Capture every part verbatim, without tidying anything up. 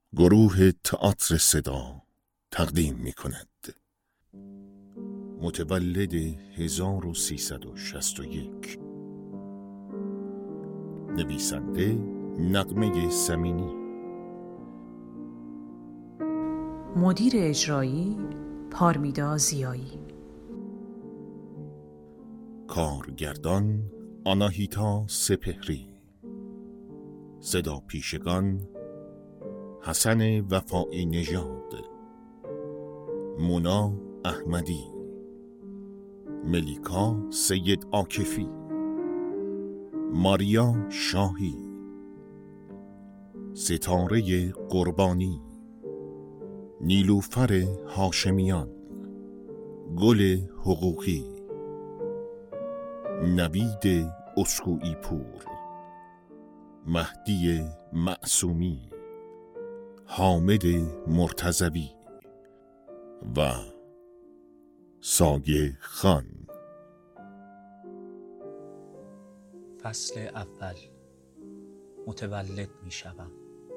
گروه تئاتر صدا تقدیم می کند. متولد هزار و سیصد و شصت و یک. نویسنده نغمه سمینی. مدیر اجرایی پارمیدا زیایی. کارگردان آناهیتا سپهری. صدا پیشگان حسن وفایی نژاد، مونا احمدی، ملیکا سید عاکفی، ماریا شاهی، ستاره قربانی، نیلوفر هاشمیان، گل حقوقی، نوید اسکوئی پور، مهدی معصومی، حامد مرتضوی و سایه خان. فصل اول. متولد می شوم.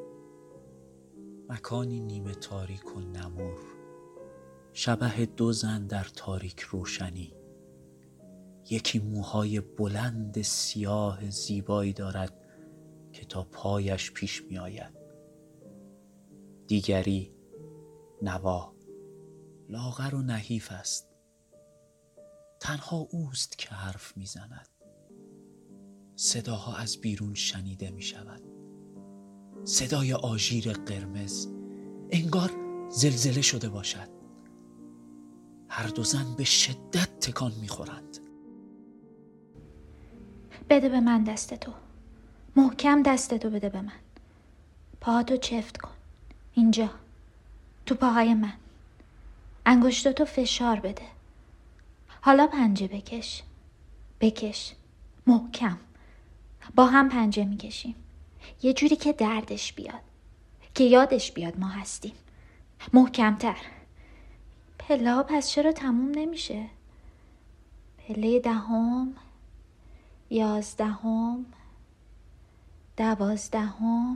مکانی نیمه تاریک و نمور، شبح دو زن در تاریک روشنی. یکی موهای بلند سیاه زیبایی دارد که تا پایش پیش می آید. دیگری نوا، لاغر و نحیف است. تنها اوست که حرف می زند. صداها از بیرون شنیده می شود. صدای آژیر قرمز، انگار زلزله شده باشد. هر دو زن به شدت تکان می خورند. بده به من دست تو. محکم دست تو بده به من. پاهاتو چفت کن. اینجا تو پاهای من. انگشتاتو فشار بده. حالا پنجه بکش. بکش محکم. با هم پنجه میکشیم، یه جوری که دردش بیاد، که یادش بیاد ما هستیم. محکمتر. پله ها پس چرا تموم نمیشه؟ پله دهم، یازدهم، دوازدهم.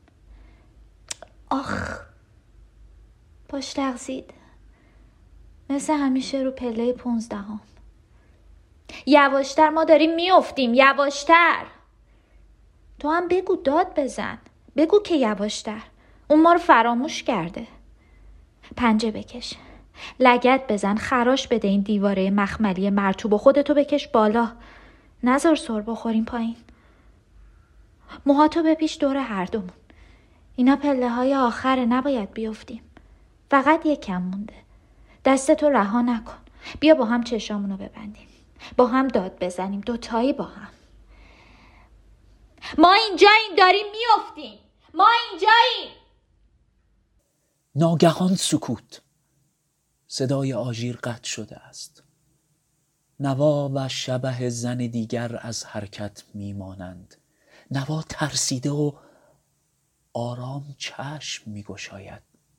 آخ، پاش لغزید. مثل همیشه رو پله پونزدهم. یواشتر، ما داریم میافتیم. یواشتر. تو هم بگو، داد بزن. بگو که یواشتر. اون ما رو فراموش کرده. پنجه بکش، لگد بزن، خراش بده این دیواره مخملی مرطوب و خودتو بکش بالا. نذار سر بخوریم پایین. موهاتو بپیش دور هر دومون. اینا پله های آخره، نباید بیفتیم. فقط یک کم مونده. دستتو رها نکن. بیا با هم چشامونو ببندیم، با هم داد بزنیم، دوتایی با هم. ما اینجاییم، داریم میافتیم. ما اینجاییم. ناگهان سکوت. صدای آژیر قطع شده است. نوا و شبح زن دیگر از حرکت میمانند. نوا ترسیده و آرام چشم میگشاید.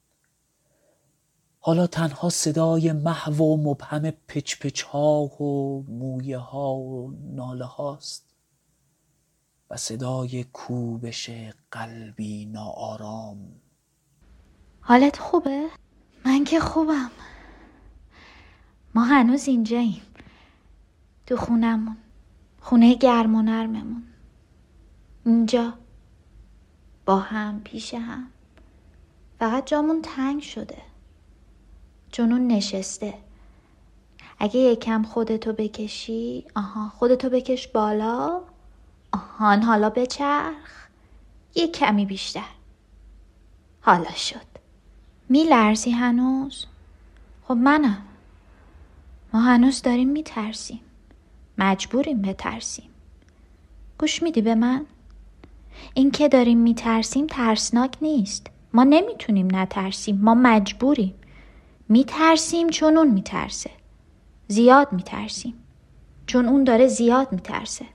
حالا تنها صدای محو و مبهم پچ پچ ها و مویه ها و ناله هاست و صدای کوبش قلبی ناآرام. حالت خوبه؟ من که خوبم. ما هنوز اینجاییم، تو خونمون، خونه گرم و نرممون. اینجا با هم، پیش هم. فقط جامون تنگ شده، جنون نشسته. اگه یکم خودتو بکشی، آها خودتو بکش بالا، آهان حالا بچرخ یک کمی بیشتر. حالا شد. میلرزی هنوز؟ خب منم. ما هنوز داریم میترسیم، مجبوریم بترسیم. گوش میدی به من؟ این که داریم میترسیم ترسناک نیست. ما نمیتونیم نترسیم، ما مجبوریم. میترسیم چون اون میترسه. زیاد میترسیم چون اون داره زیاد میترسه.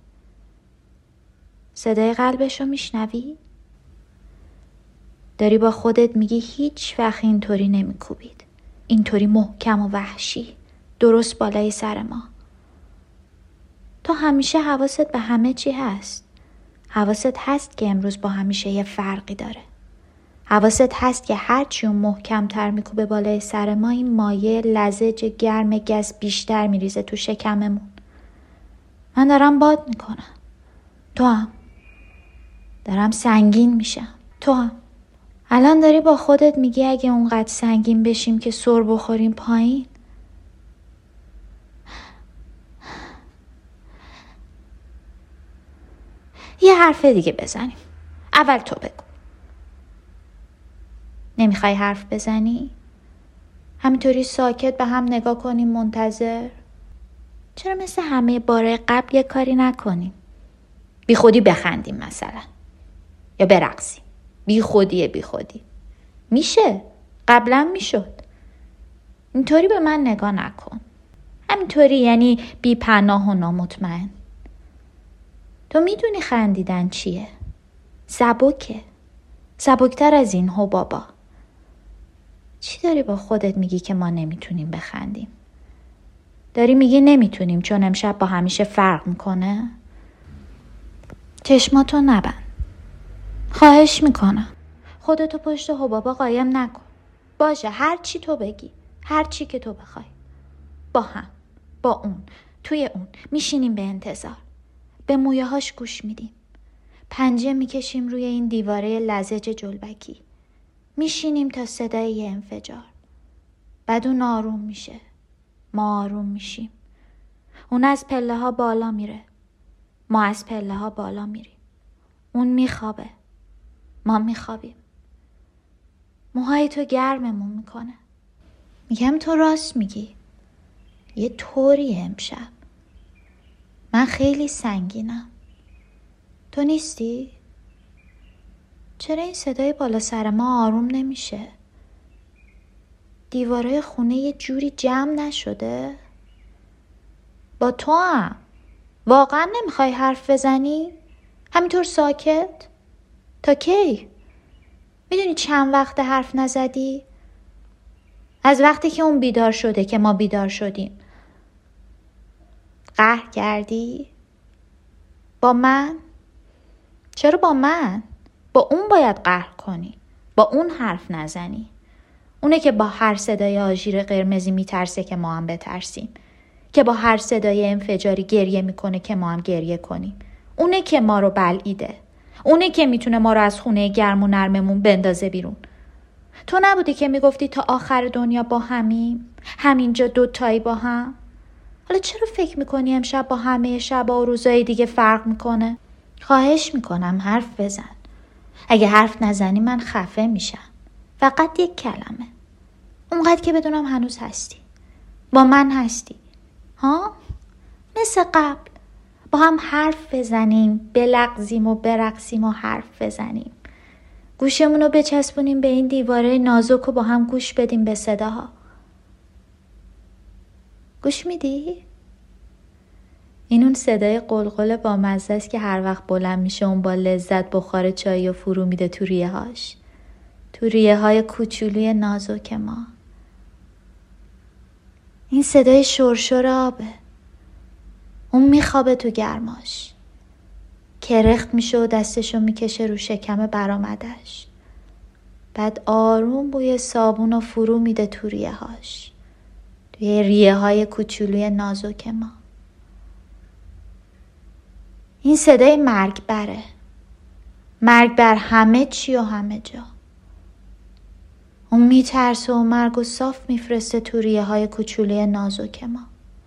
صدای قلبشو میشنوی؟ داری با خودت میگی هیچ وقت اینطوری نمیکوبید، اینطوری محکم و وحشی درست بالای سر ما. تو همیشه حواست به همه چی هست. حواست هست که امروز با همیشه یه فرقی داره. حواست هست که هرچی اون محکم‌تر میکوبه بالای سر ما، این مایع لزج گرم گس بیشتر میریزه تو شکممون. من دارم باد میکنم، تو هم. دارم سنگین میشم، تو هم. الان داری با خودت میگی اگه اونقدر سنگین بشیم که سر بخوریم پایین. یه حرف دیگه بزنیم. اول تو بگو. نمیخوای حرف بزنی؟ همینطوری ساکت به هم نگاه کنیم منتظر؟ چرا مثل همه باره قبل یه کاری نکنیم؟ بی خودی بخندیم مثلا، یا برقصیم. بی خودیه بی خودی. میشه، قبلا میشد. اینطوری به من نگاه نکن. همینطوری یعنی بی پناه و نامطمئن. تو میدونی خندیدن چیه؟ سبکه. سبکتر از این حبابا. چی داری با خودت میگی که ما نمیتونیم بخندیم؟ داری میگی نمیتونیم چون امشب با همیشه فرق میکنه؟ چشماتو نبند. خواهش میکنم. خودتو پشت حبابا قایم نکن. باشه، هر چی تو بگی، هر چی که تو بخوای. با هم، با اون، توی اون میشینیم به انتظار. به مویه هاش گوش میدیم. پنجه میکشیم روی این دیواره لزج جلبکی. میشینیم تا صدای یه انفجار. بعد اون آروم میشه. ما آروم میشیم. اون از پله ها بالا میره. ما از پله ها بالا میریم. اون میخوابه. ما میخوابیم. موهای تو گرممون میکنه. میگم تو راست میگی. یه طوری امشب. من خیلی سنگینم. تو نیستی؟ چرا این صدای بالا سر ما آروم نمیشه؟ دیواره خونه یه جوری جمع نشده؟ با تو هم واقعا نمیخوای حرف بزنی؟ همینطور ساکت؟ تا کی؟ میدونی چند وقت حرف نزدی؟ از وقتی که اون بیدار شده که ما بیدار شدیم. قهر کردی؟ با من؟ چرا با من؟ با اون باید قهر کنی. با اون حرف نزنی. اونه که با هر صدای آژیر قرمزی میترسه که ما هم بترسیم. که با هر صدای انفجاری گریه میکنه که ما هم گریه کنیم. اونه که ما رو بلعیده. اونه که میتونه ما رو از خونه گرم و نرممون بندازه بیرون. تو نبودی که میگفتی تا آخر دنیا با همیم؟ همینجا دوتایی با هم؟ حالا چرا فکر میکنی امشب با همه شبا و روزای دیگه فرق میکنه؟ خواهش میکنم حرف بزن. اگه حرف نزنی من خفه میشم. فقط یک کلمه. اونقدر که بدونم هنوز هستی. با من هستی. ها؟ مثل قبل. با هم حرف بزنیم. بلغزیم و برقصیم و حرف بزنیم. گوشمون رو بچسبونیم به این دیواره نازک و با هم گوش بدیم به صداها. گوش میدی؟ این اون صدای قلقل با مزه است که هر وقت بلند میشه اون با لذت بخار چای و فرو میده تو ریه هاش. تو ریه های کوچولوی نازک ما. این صدای شرشر آبه. اون میخوابه تو گرماش. کرخت میشه و دستشو میکشه رو شکم برآمدش. بعد آروم بوی صابون رو فرو میده تو ریه هاش. توی ریه های کوچولوی نازک ما. این صدای مرگ بره. مرگ بر همه چی و همه جا. اون میترسه و مرگ و صاف میفرسته تو ریه های کوچولوی نازک ما.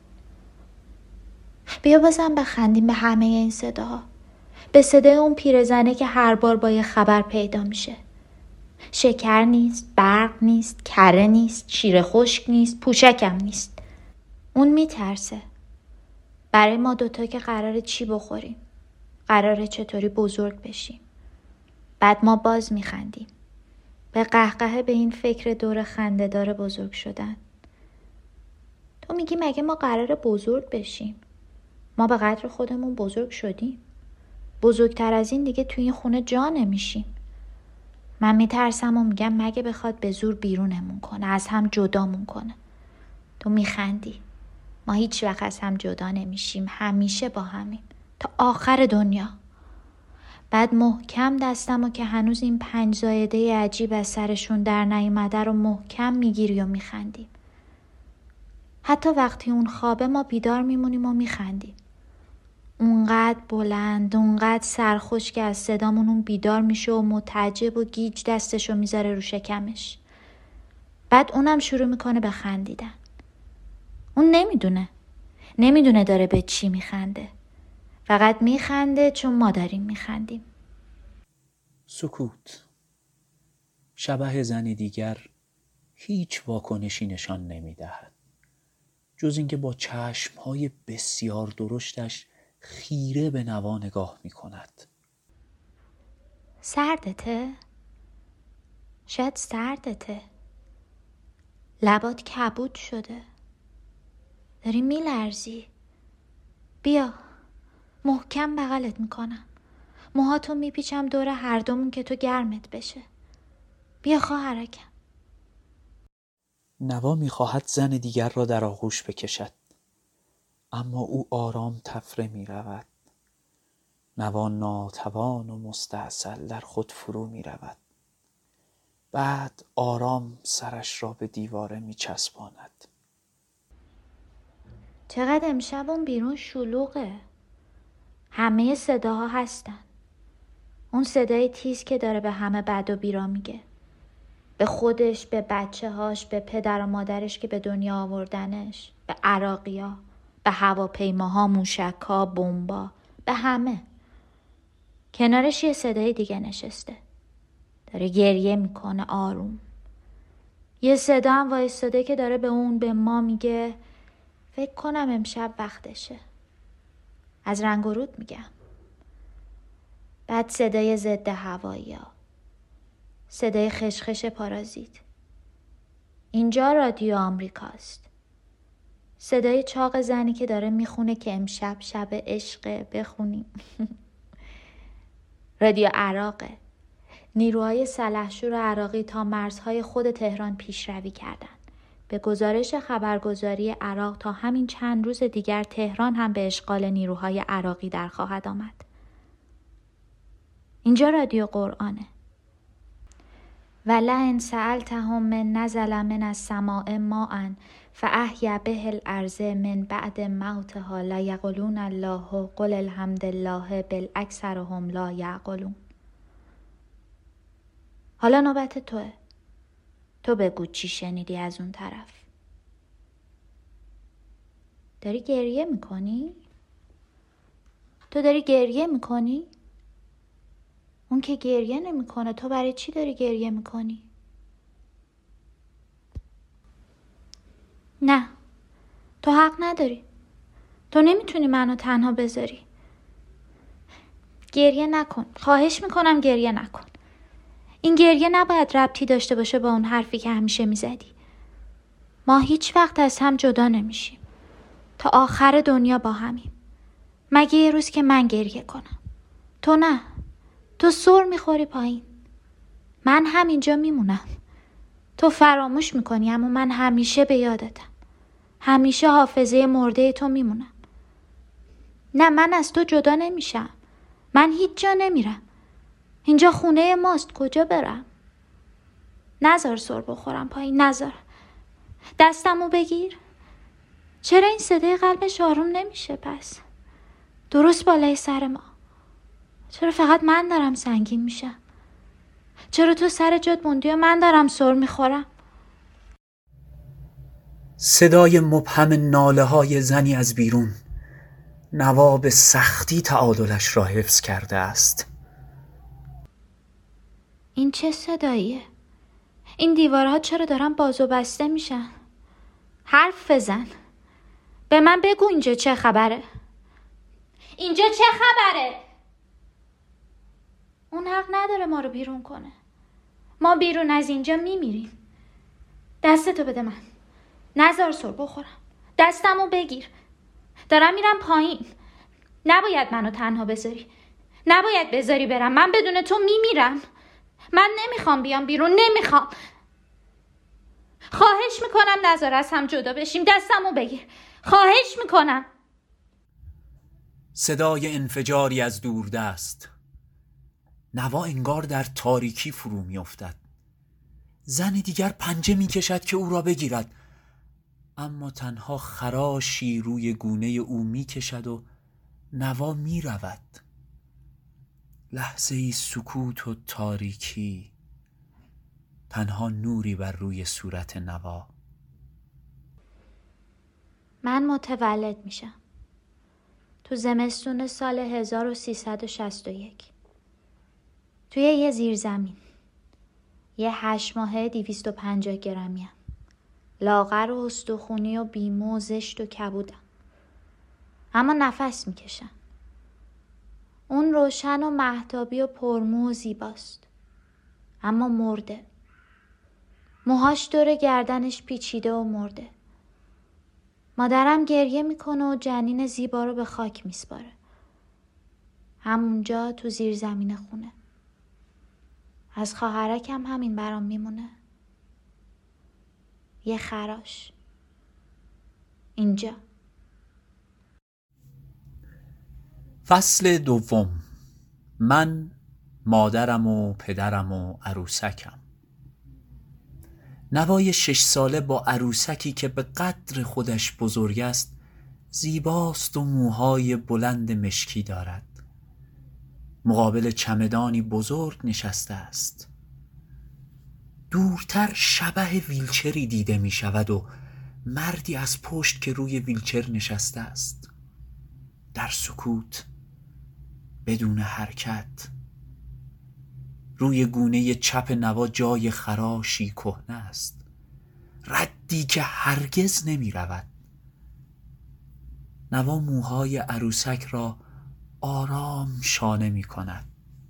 بیا بازم بخندیم به همه این صداها. به صدای اون پیرزنه که هر بار با یه خبر پیدا میشه. شکر نیست، برق نیست، کره نیست، شیر خشک نیست، پوشکم نیست. اون میترسه. برای ما دوتا که قراره چی بخوریم. قراره چطوری بزرگ بشیم. بعد ما باز میخندیم. به قهقه به این فکر دور خنده داره بزرگ شدن. تو میگی مگه ما قراره بزرگ بشیم؟ ما به قدر خودمون بزرگ شدیم. بزرگتر از این دیگه توی این خونه جا نمیشیم. من میترسم و میگم مگه بخواد به زور بیرونمون کنه، از هم جدامون کنه. تو میخندی. ما هیچ وقت از هم جدا نمیشیم. همیشه با همیم. تا آخر دنیا. بعد محکم دستمو که هنوز این پنج زایده عجیب از سرشون در نیومده رو محکم میگیری و میخندیم. حتی وقتی اون خوابه ما بیدار میمونیم و میخندیم. اونقدر بلند، اونقدر سرخوش که از صدامون اون بیدار میشه و متعجب و گیج دستشو میذاره رو شکمش. بعد اونم شروع میکنه به خندیدن. اون نمیدونه. نمیدونه داره به چی میخنده. فقط میخنده چون ما داریم میخندیم. سکوت. شبح زن دیگر هیچ واکنشی نشان نمیدهد جز اینکه با چشمهای بسیار درشتش خیره به نوا نگاه میکند. سردته؟ شاید سردته. لبات کبود شده. داری میلرزی. بیا، محکم بغلت میکنم. موهاتو میپیچم دور هر دومون که تو گرمت بشه. بیا خواهرکم. نوا میخواهد زن دیگر را در آغوش بکشد، اما او آرام تفره میرود. نوا ناتوان و مستعسل در خود فرو میرود. بعد آرام سرش را به دیواره میچسباند. چقدر امشب اون بیرون شلوغه. همه صداها هستن. اون صدای تیز که داره به همه بد و بیرا میگه. به خودش، به بچه هاش، به پدر و مادرش که به دنیا آوردنش، به عراقیا، به هواپیماها، موشکها، بمبا، به همه. کنارش یه صدای دیگه نشسته. داره گریه میکنه آروم. یه صدا هم وایستاده که داره به اون، به ما میگه فکر کنم امشب وقتشه. از رنگ و رود میگم. بعد صدای ضد هوایی ها. صدای خشخش پارازیت. اینجا رادیو آمریکاست. صدای چاق زنی که داره میخونه که امشب شب عشقه بخونیم. رادیو عراقه. نیروهای سلحشور عراقی تا مرزهای خود تهران پیشروی کردند. به گزارش خبرگزاری عراق تا همین چند روز دیگر تهران هم به اشغال نیروهای عراقی در خواهد آمد. اینجا رادیو قرآنه. ولئن سألتهم من نزل من السماء ماء فأحیا به الارض من بعد موتها لیقولون الله قل الحمد لله بل اکثرهم لا یعقلون. حالا نوبت توه. تو بگو چی شنیدی از اون طرف. داری گریه میکنی؟ تو داری گریه میکنی؟ اون که گریه نمیکنه، تو برای چی داری گریه میکنی؟ نه، تو حق نداری. تو نمیتونی منو تنها بذاری. گریه نکن. خواهش میکنم گریه نکن. این گریه نباید ربطی داشته باشه با اون حرفی که همیشه میزدی. ما هیچ وقت از هم جدا نمیشیم. تا آخر دنیا با همیم. مگه یه روز که من گریه کنم. تو نه. تو سر میخوری پایین. من همینجا میمونم. تو فراموش میکنی اما من همیشه به یادتم. همیشه حافظه مرده تو میمونم. نه، من از تو جدا نمیشم. من هیچ جا نمیرم. اینجا خونه ماست، کجا برم؟ نذار سر بخورم پایین، نذار. دستمو بگیر. چرا این صدای قلبش آروم نمیشه پس؟ درست بالای سر ما. چرا فقط من دارم سنگین میشم؟ چرا تو سر جات موندی و من دارم سر میخورم؟ صدای مبهم ناله های زنی از بیرون. نوا به سختی تعادلش را حفظ کرده است. این چه صداییه؟ این دیوارها چرا دارن باز و بسته میشن؟ حرف بزن. به من بگو اینجا چه خبره؟ اینجا چه خبره؟ اون حق نداره ما رو بیرون کنه. ما بیرون از اینجا میمیریم. دستتو بده من. نذار سر بخورم. دستمو بگیر. دارم میرم پایین. نباید منو تنها بذاری. نباید بذاری برم. من بدون تو میمیرم. من نمیخوام بیام بیرون. نمیخوام. خواهش میکنم نذار از هم جدا بشیم. دستمو بگیر. خواهش میکنم. صدای انفجاری از دوردست. نوا انگار در تاریکی فرو می افتد. زنی دیگر پنجه می کشد که او را بگیرد، اما تنها خراشی روی گونه او می کشد و نوا می رود. لحظه ای سکوت و تاریکی، تنها نوری بر روی صورت نوا. من متولد میشم تو زمستون سال هزار و سیصد و شصت و یک توی یه زیرزمین. یه هشت ماهه دویست و پنجاه گرمیم. لاغر و استخونی و بیمو و زشت و کبودم، اما نفس میکشم. اون روشن و مهتابی و پرمو و زیباست، اما مرده. موهاش دور گردنش پیچیده و مرده. مادرم گریه میکنه و جنین زیبا رو به خاک میسپاره. همونجا تو زیر زمین خونه. از خواهرکم همین برام میمونه. یه خراش. اینجا. فصل دوم. من، مادرم و پدرم و عروسکم. نوای شش ساله با عروسکی که به قدر خودش بزرگ است، زیباست و موهای بلند مشکی دارد. مقابل چمدانی بزرگ نشسته است. دورتر شبح ویلچری دیده می شود و مردی از پشت که روی ویلچر نشسته است. در سکوت، بدون حرکت. روی گونه چپ نوا جای خراشی کهنه است، ردی که هرگز نمی رود. نوا موهای عروسک را آرام شانه می کند.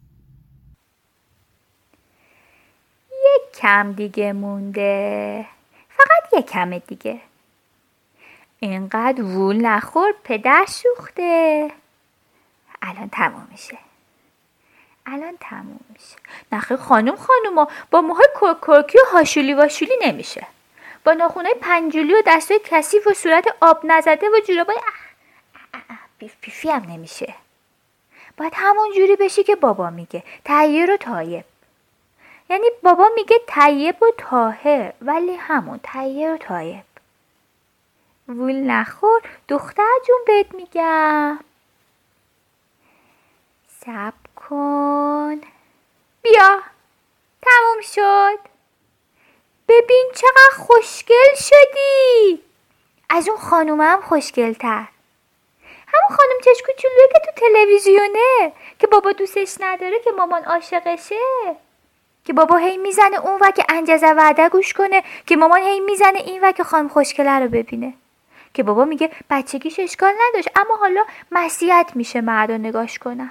یک کم دیگه مونده، فقط یک کم دیگه. اینقدر وول نخور، پدر سوخته. الان تموم میشه. الان تموم میشه. نخیر خانم خانوما، با موهای کرکرکی و هاشولی واشولی نمیشه. با ناخونای پنجولی و دستای کثیف و صورت آب نزده و جورابای پیف پیفی هم نمیشه. باید همون جوری بشی که بابا میگه، طیب و طایب. یعنی بابا میگه طیب و طاهر، ولی همون طیب و طایب. وول نخور دختر جون، بهت میگم. صبر کن. بیا، تموم شد. ببین چقدر خوشگل شدی. از اون خانومه هم خوشگل‌تر. همون خانم چش کوچولویی که تو تلویزیونه، که بابا دوستش نداره، که مامان عاشقشه، که بابا هی میزنه اون و که انجز وعده گوش کنه، که مامان هی میزنه این و که خانم خوشگله رو ببینه، که بابا میگه بچگیش اشکال نداشت اما حالا معصیت میشه مردا نگاش کنن.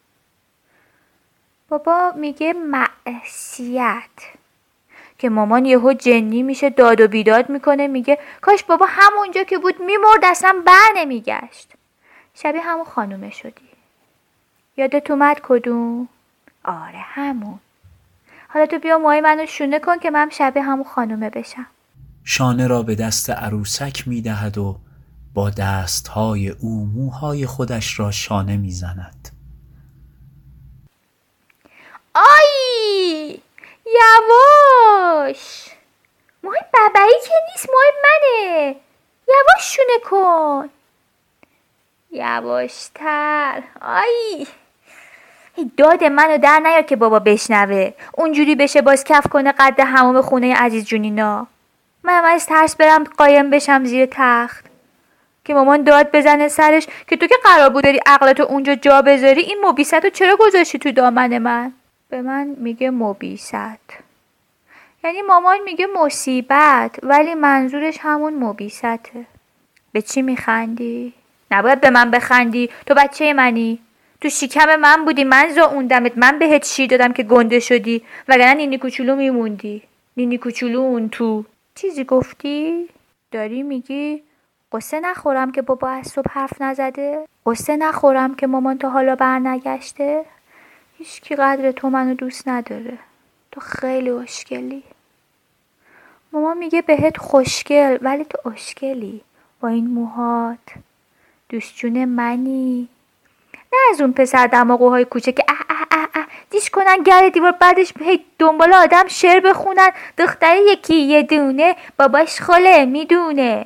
بابا میگه معصیت، که مامان یهو جنی میشه، داد و بیداد میکنه، میگه کاش بابا همونجا که بود میمرد، اصلا بر نمیگشت. شبیه همون خانومه شدی. یادت اومد کدوم؟ آره همون. حالا تو بیا موهای منو شونه کن که من شبیه همون خانومه بشم. شانه را به دست عروسک میدهد و با دستهای او موهای خودش را شانه میزند. آی یواش، موهای ببری که نیست، موهای منه. یواش شونه کن. یواشتر. آی داد منو در نیار که بابا بشنوه، اونجوری بشه باز کف کنه قد حمام خونه عزیز جونینا. من از ترس برم قایم بشم زیر تخت، که مامان داد بزنه سرش که تو که قرار بود داری عقلتو اونجا جا بذاری، این موبیستو چرا گذاشتی تو دامن من؟ به من میگه موبیست، یعنی مامان میگه مصیبت، ولی منظورش همون موبیسته. به چی میخندی؟ نباید به من بخندی، تو بچه منی. تو شکم من بودی، من زاوندمت، من بهت شیر دادم که گنده شدی، وگرنه نینی کوچولو میموندی. نینی کوچولو اون تو. چیزی گفتی؟ داری میگی قصه نخورم که بابا از صبح حرف نزده؟ قصه نخورم که مامان تا حالا بر نگشته؟ هیچ کی قدر تو منو دوست نداره. تو خیلی خوشگلی. مامان میگه بهت خوشگل، ولی تو خوشگلی با این موهات. دوست جون منی. نه از اون پسر دماغوهای کوچه که اه اه اه اه دیش کنن گر دیوار، بعدش هی دنبال آدم شعر بخونن. دختر یکی یه دونه، باباش خله میدونه.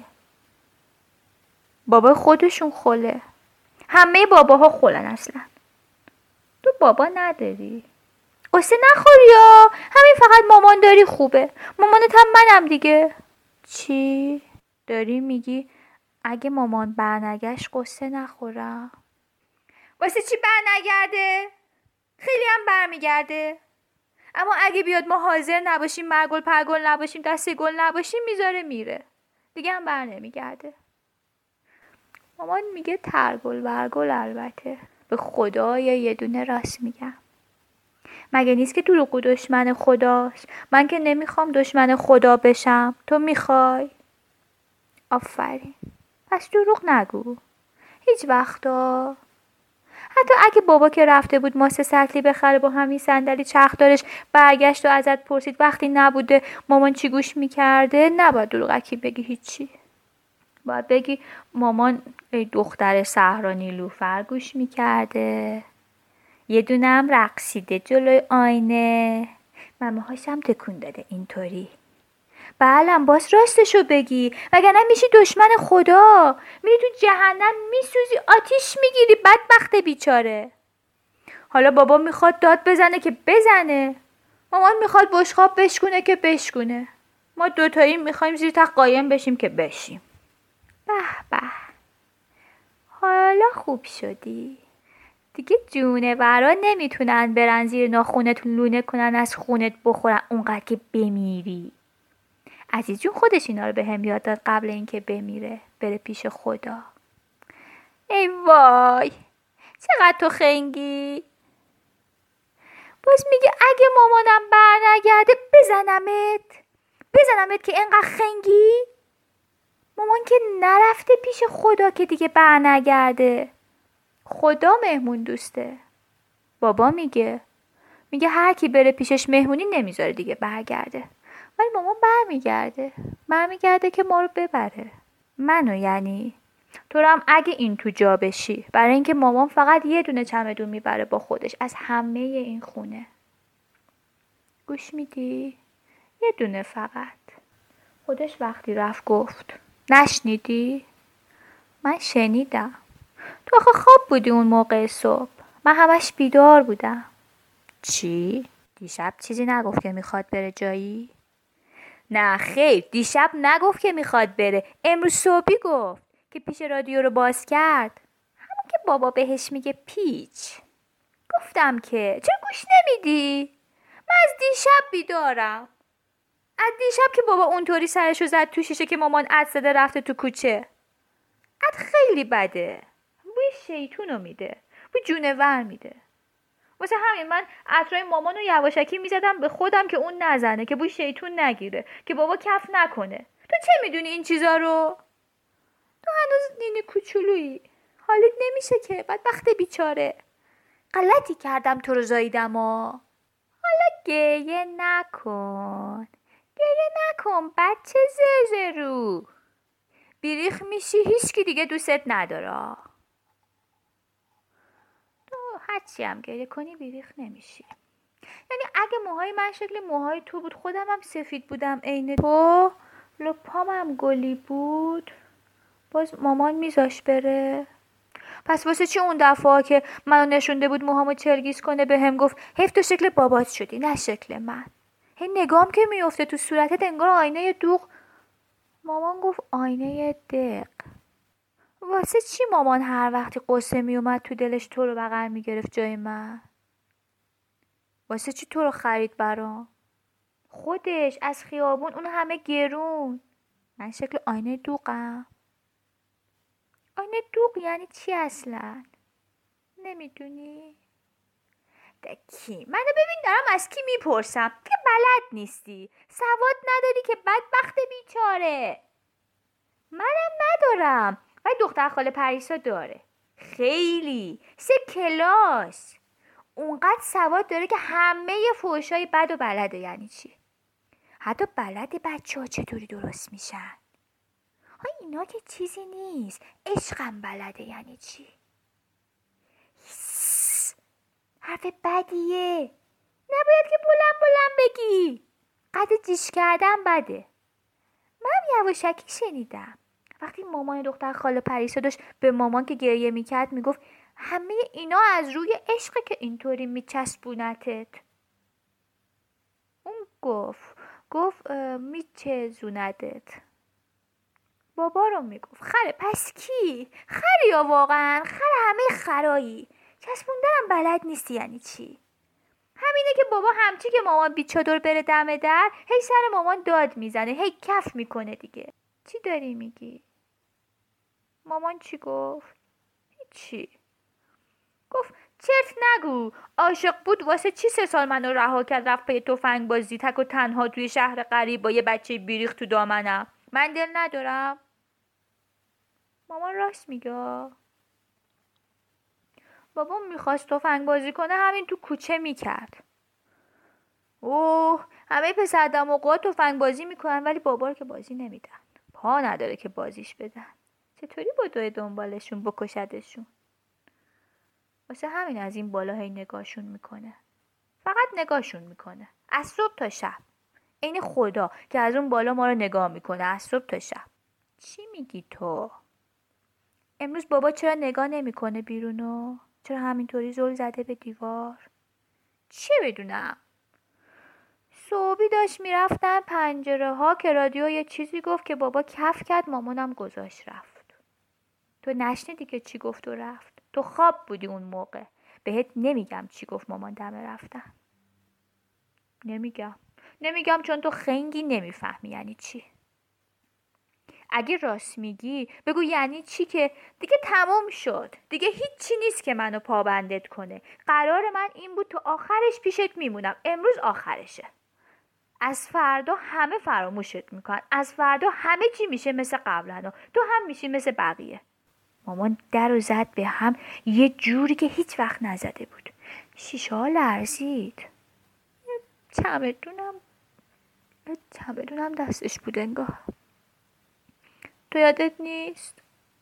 بابا خودشون خله. همه باباها خلن اصلا. تو بابا نداری؟ قصه نخوری یا همین فقط مامان داری خوبه. مامانت هم منم دیگه. چی؟ داری میگی اگه مامان برنگشت قصه نخورم؟ واسه چی برنگرده؟ خیلی هم برمیگرده. اما اگه بیاد ما حاضر نباشیم، مرگل پرگل نباشیم، دست گل نباشیم، میذاره میره دیگه، هم بر نمیگرده. مامان میگه ترگل برگل. البته به خدا یا یه دونه راست میگم. مگه نیست که دروغ دشمن خداست؟ من که نمیخوام دشمن خدا بشم، تو میخوای؟ آفرین. پس دروغ نگو هیچ وقتا. حتی اگه بابا که رفته بود ماسه سطلی بخره با همین صندلی چرخدارش، برگشت و ازت پرسید وقتی نبوده مامان چی گوش میکرده، نباید دروغکی بگی هیچی. باید بگی مامان ای دختر صحرا نیلوفر گوش میکرده، یه دونم رقصیده جلوی آینه، ممه هاشم تکون داده اینطوری. بله باز راستشو بگی، وگرنه میشی دشمن خدا، میری تو جهنم میسوزی، آتیش میگیری، بدبخت بیچاره. حالا بابا میخواد داد بزنه که بزنه، مامان میخواد بشقاب بشکونه که بشکونه، ما دوتایی میخوایم زیر تخت قایم بشیم که بشیم. به به حالا خوب شدی دیگه. جونورا نمیتونن برن زیر ناخونت لونه کنن از خونت بخورن اونقدر که بمیری. عزیز جون خودش اینا رو به هم یاد داد قبل اینکه بمیره بره پیش خدا. ای وای چقدر تو خنگی. باز میگه اگه مامانم بر نگرده بزنمت بزنمت که اینقدر خنگی. مامان که نرفته پیش خدا که دیگه بر نگرده، خدا مهمون دوسته. بابا میگه میگه هر کی بره پیشش مهمونی نمیذاره دیگه برگرده، ولی مامان برمیگرده برمیگرده که ما رو ببره، منو یعنی تو رو هم اگه این تو جا بشی، برای اینکه مامان فقط یه دونه چمدون میبره با خودش از همه این خونه. گوش میدی؟ یه دونه فقط. خودش وقتی رفت گفت نشنیدی؟ من شنیدم. تو آخه خواب بودی اون موقع صبح، من همش بیدار بودم. چی؟ دیشب چیزی نگفت که میخواد بره جایی؟ نه خیر دیشب نگفت که میخواد بره، امروز صبحی گفت که پیش رادیو رو باز کرد، همون که بابا بهش میگه پیچ. گفتم که چرا گوش نمیدی؟ من از دیشب بیدارم، از دیشب که بابا اونطوری سرشو زد تو شیشه که مامان عد زده رفته تو کوچه. عد خیلی بده، بوی شیطونو میده، بوی جونور میده. واسه همین من عطرای مامانو یواشکی میزدم به خودم که اون نزنه، که بوی شیطون نگیره، که بابا کف نکنه. تو چه میدونی این چیزا رو؟ تو هنوز نینی کوچولویی، حالت نمیشه که، بدبخت بیچاره. غلطی کردم تو رو زاییدم ها. حالا گریه نکن گریه نکن بچه زرزرو، بیریخ میشی هیچکی دیگه دوست نداره. تو هرچی هم گریه کنی بیریخ نمیشی. یعنی اگه موهای من شکل موهای تو بود، خودم هم سفید بودم عین تو، لپام هم گلی بود، باز مامان میذاش بره؟ پس واسه چی اون دفعه ها که منو نشونده بود موهامو چرگیز کنه به هم گفت حیف تو شکل بابات شدی نه شکل من؟ هی نگام که میفته تو صورتت انگار آینه دوغ. مامان گفت آینه دق. واسه چی مامان هر وقتی قصه میومد تو دلش تو رو بغل میگرفت جای من؟ واسه چی تو رو خرید برام؟ خودش از خیابون، اون همه گرون. من شکل آینه دوغم؟ آینه دوغ یعنی چی اصلا؟ نمیدونی؟ دکی منو ببین دارم از کی میپرسم که بلد نیستی، سواد نداری که بدبخت بیچاره. منم ندارم ولی دختر خاله پریسا داره، خیلی سه کلاس، اونقدر سواد داره که همه فحشای بد و بلده. یعنی چی؟ حتی بلده بچه ها چطوری درست میشن. های اینا که چیزی نیست، عشقم بلده. یعنی چی؟ حرف بدیه. نباید که بلند بلند بگی. قد جیش کردن بده. من یواشکی شنیدم وقتی مامان دختر خاله پریسا داشت به مامان که گریه میکرد میگفت همه اینا از روی عشقه که اینطوری میچسبونتت. اون گفت گفت میچزوندت. بابا رو میگفت خره. پس کی؟ خری یا واقعا؟ خر همه خرایی. چسبوندنم بلد نیستی یعنی چی؟ همینه که بابا همچی که مامان بی چادر بره دم در هی سر مامان داد میزنه، هی کف میکنه دیگه. چی داری میگی؟ مامان چی گفت؟ هیچی. گفت چرت نگو. عاشق بود واسه چی سه سال منو رها کرد رفت پی تفنگ بازی تک و تنها توی شهر غریب با یه بچه بیریخ تو دامنم. من دل ندارم؟ مامان راست میگه. بابا میخواست تفنگ بازی کنه همین تو کوچه میکرد. اوه همه پسر دماغا تفنگ بازی میکنن ولی بابا رو که بازی نمیدن. پا نداره که بازیش بدن. چطوری با دوی دنبالشون بکشدشون؟ واسه همین از این بالا هی نگاهشون میکنه. فقط نگاهشون میکنه از صبح تا شب. عین خدا که از اون بالا ما رو نگاه میکنه از صبح تا شب. چی میگی تو؟ امروز بابا چرا نگاه نمیکنه بیرونو؟ چرا همینطوری زل زده به دیوار؟ چه بدونم. صبحی داشت میرفتن پنجره ها که رادیو یه چیزی گفت که بابا کف کرد مامانم گذاشت رفت. تو نشنیدی که چی گفت و رفت؟ تو خواب بودی اون موقع. بهت نمیگم چی گفت مامان دم رفتن. نمیگم. نمیگم چون تو خنگی نمیفهمی یعنی چی. اگه راست میگی بگو یعنی چی که دیگه تموم شد. دیگه هیچی نیست که منو پابندت کنه. قرار من این بود تو آخرش پیشت میمونم. امروز آخرشه. از فردا همه فراموشت میکنن. از فردا همه چی میشه مثل قبلا. تو هم میشی مثل بقیه. مامان در رو زد به هم یه جوری که هیچ وقت نزده بود. شیشه ها لرزید. چمدونم چمدونم دستش بود انگار. تو یادت نیست؟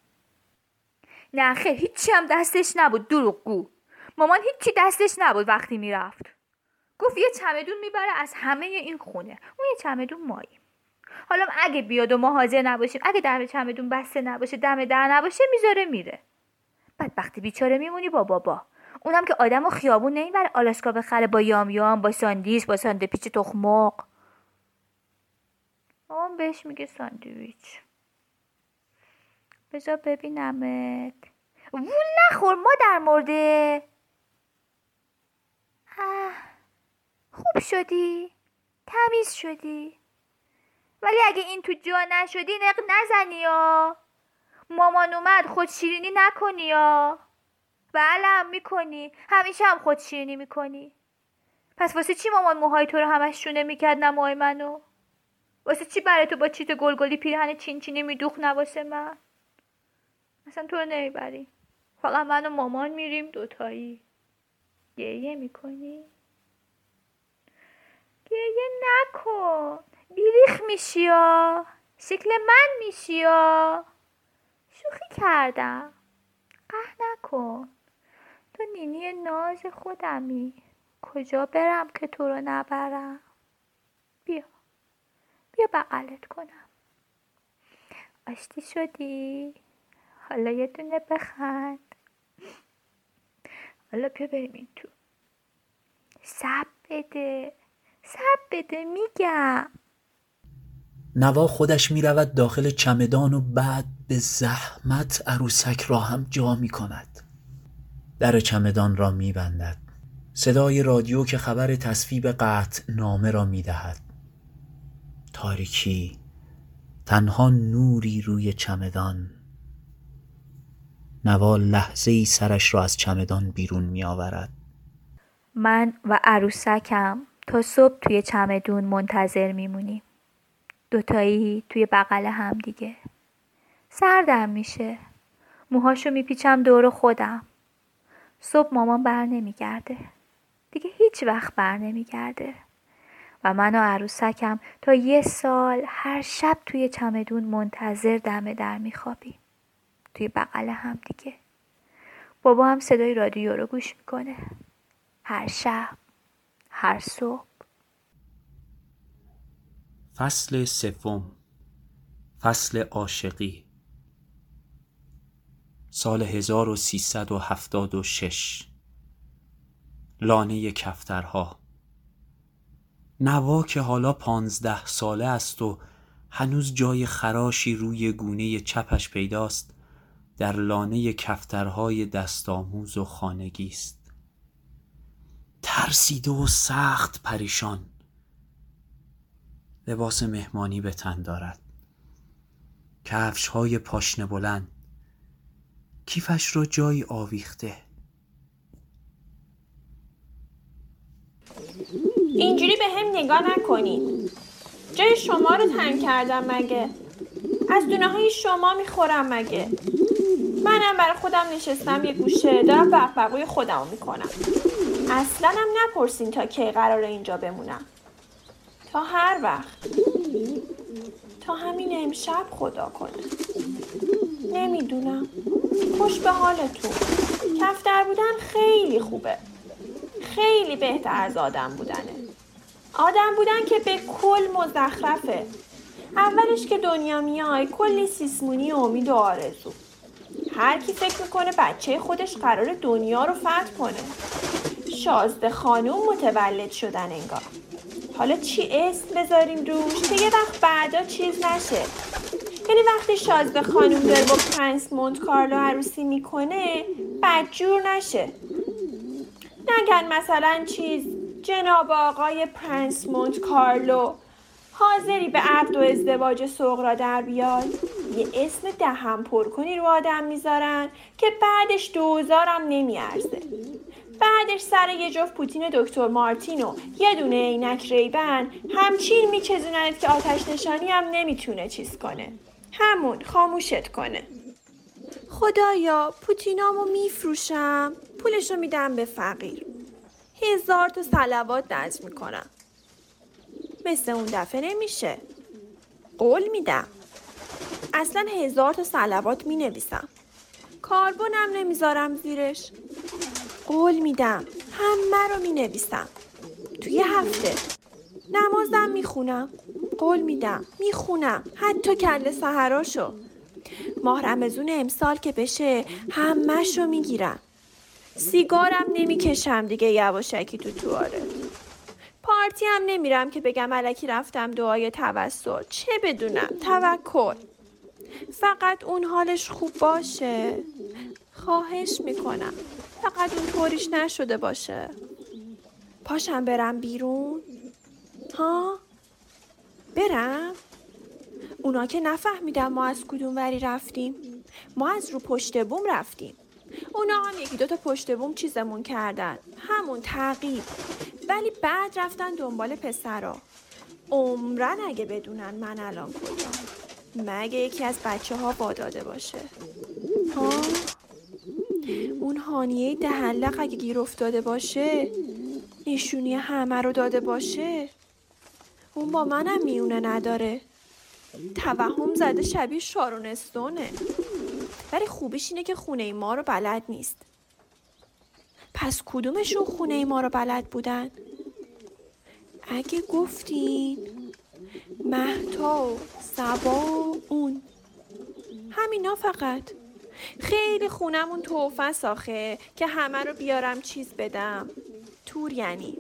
نه خیر هیچی هم دستش نبود. دروغگو. مامان هیچی دستش نبود وقتی میرفت. گفت یه چمدون میبره از همه این خونه. اون یه چمدون ماییم. حالا اگه بیاد و ما حاضر نباشیم، اگه در چمدون بسته نباشه، دم در نباشه، میذاره میره. بدبختی بیچاره میمونی با بابا. اونم که آدمو خیابون نمیبره آلاسکا بخره با یام یام، با ساندیس، با ساندویچ تخم مرغ. مامان بهش میگه ساندویچ. بذار ببینمت. وول نخور مادر مرده. اه خوب شدی. تمیز شدی. ولی اگه این تو جا نشدی نق نزنی یا مامان اومد خود شیرینی نکنی یا. بله هم میکنی. همیشه هم خود شیرینی میکنی. پس واسه چی مامان موهای تو رو همش شونه میکرد نه موهای منو؟ واسه چی برای تو با چیت گلگلی پیرهن چین چینی میدوخت نه واسه من؟ مثلا تو رو نمیبری. فقط من و مامان میریم دوتایی. گریه میکنی؟ گریه نکن. بیریخ میشی یا شکل من میشی یا. شوخی کردم. قهر نکن. تو نینی ناز خودمی. کجا برم که تو رو نبرم؟ بیا بیا بغلت کنم. آشتی شدی؟ حالا یه دونه بخند. حالا بیا بریم این تو. سب بده سب بده میگم. نوا خودش می رود داخل چمدان و بعد به زحمت عروسک را هم جا می کند. در چمدان را می بندد. صدای رادیو که خبر تصویب قطع نامه را می دهد. تاریکی. تنها نوری روی چمدان. نوا لحظه‌ای سرش را از چمدان بیرون می آورد. من و عروسکم تا صبح توی چمدون منتظر میمونیم. دوتایی توی بغل هم دیگه. سردم میشه. موهاشو میپیچم دور خودم. صبح مامان بر نمیگرده. دیگه هیچ وقت بر نمیگرده. و من و عروسکم تا یه سال هر شب توی چمدون منتظر دم در میخوابیم. توی بغل هم دیگه. بابا هم صدای رادیو رو گوش میکنه. هر شب، هر صبح. فصل سوم، فصل عاشقی. سال هزار و سیصد و هفتاد و شش. لانه کفترها. نوا که حالا پانزده ساله است و هنوز جای خراشی روی گونه چپش پیداست، در لانه کفترهای دستآموز و خانگی است. ترسیده و سخت پریشان. لباس مهمانی به تن دارد، کفش‌های پاشنه بلند، کیفش را جایی آویخته. اینجوری به هم نگاه نکنید. جای شما رو تنگ کردم مگه؟ از دونه های شما میخورم مگه؟ منم برای خودم نشستم یه گوشه دارم بقبقوی خودم رو میکنم. اصلا هم نپرسین تا کی قراره اینجا بمونم. تا هر وقت. تا همین امشب خدا کنه. نمیدونم. خوش به حالتون. کفتر بودن خیلی خوبه. خیلی بهتر از آدم بودنه. آدم بودن که به کل مزخرفه. اولش که دنیا میای کلی سیسمونی و امید و آرزو. هر کی فکر میکنه بچه خودش قراره دنیا رو فتح کنه. شازده خانوم متولد شدن انگار. حالا چی اسم بذاریم روش که یه وقت بعدا چیز نشه. یعنی وقتی شازده خانوم داره با پرنس مونت کارلو عروسی میکنه بدجور نشه. نگن مثلا چیز جناب آقای پرنس مونت کارلو حاضری به عقد و ازدواج سغرا در بیای. یه اسم دهم پر کنی رو آدم میذارن که بعدش دوزارم نمیارزه. بعدش سر یه جفت پوتین دکتر مارتین و یه دونه عینک ریبن همچین میچزونند که آتش نشانی هم نمیتونه چیز کنه. همون خاموشت کنه. خدایا پوتینامو میفروشم، پولشو میدم به فقیر. هزار تا صلوات نذر میکنم. مثل اون دفعه نمیشه. قول میدم. اصلا هزار تا صلوات مینویسم. کاربونم نمیذارم زیرش. قول میدم. همه رو مینویسم. توی هفته. نمازم میخونم. قول میدم. میخونم. حتی کله سحراشو. ماه رمضون امسال که بشه همه شو میگیرم. سیگارم نمیکشم دیگه یواشکی تو توالت. پارتی هم نمیرم که بگم الکی رفتم دعای توسل. چه بدونم توکل. فقط اون حالش خوب باشه. خواهش میکنم. فقط اون طوریش نشده باشه. پاشم برم بیرون؟ ها؟ برم؟ اونا که نفهمیدن ما از کدوم وری رفتیم. ما از رو پشت بوم رفتیم. اونا هم یکی دوتا پشت بوم چیزمون کردن. همون تعقیب. ولی بعد رفتن دنبال پسرا. عمرن اگه بدونن من الان کجا. مگه یکی از بچه ها واداده باشه. ها؟ اون هانیه دهنلق اگه گیر افتاده باشه، نشونی همه رو داده باشه، اون با منم میونه نداره. توهم زده شبیه شارون استونه. ولی خوبیش اینه که خونه ما رو بلد نیست. پس کدومشون خونه ما رو بلد بودن؟ اگه گفتین مهتا، صبا، اون همینا فقط. خیلی خونمون توفن ساخه که همه رو بیارم چیز بدم. تور یعنی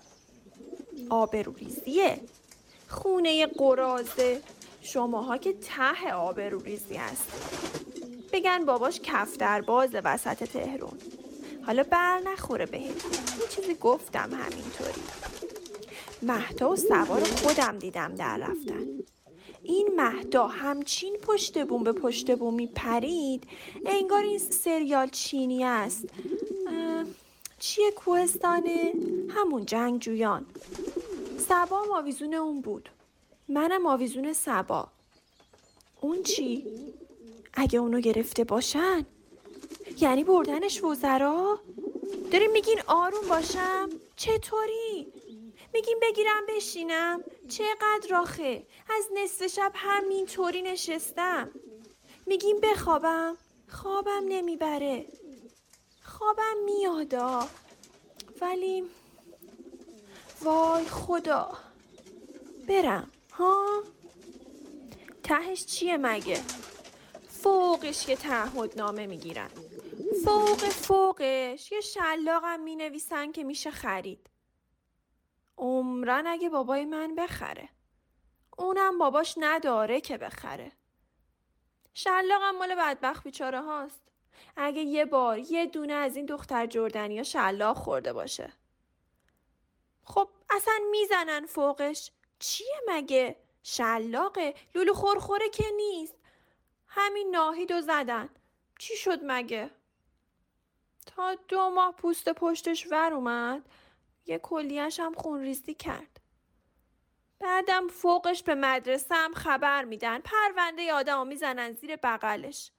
آبروریزیه. خونه قرازه. شماها که ته آبروریزی هست. بگن باباش کفتر باز وسط تهران. حالا بر نخوره بهت. یه چیزی گفتم همینطوری. مهدا و سبا رو خودم دیدم در رفتن. این مهدا همچین پشت بوم به پشت بوم میپرید انگار این سریال چینی است. چیه کوهستانه؟ همون جنگجویان. سبا آویزون اون بود. منم آویزون سبا. اون چی؟ اگه اونو گرفته باشن یعنی بردنش وزرا؟ داریم میگین آروم باشم؟ چطوری؟ میگیم بگیرم بشینم؟ چقدر آخه؟ از نصف شب همینطوری نشستم. میگیم بخوابم؟ خوابم نمیبره. خوابم میادا. ولی وای خدا، برم ها؟ تهش چیه مگه؟ فوقش یه تعهدنامه میگیرن، فوق فوقش یه شلاقم مینویسن که میشه خرید. عمرن اگه بابای من بخره، اونم باباش نداره که بخره. شلاقم مال بدبخت بیچاره هاست. اگه یه بار یه دونه از این دختر جردنی ها شلاق خورده باشه. خب اصلا میزنن فوقش. چیه مگه؟ شلاقه، لولو خورخوره که نیست. همین ناهیدو زدن. چی شد مگه؟ تا دو ماه پوست پشتش ور اومد، یه کلیه‌ش هم خونریزی کرد. بعدم فوقش به مدرسه هم خبر میدن، پرونده آدمو میزنن زیر بغلش.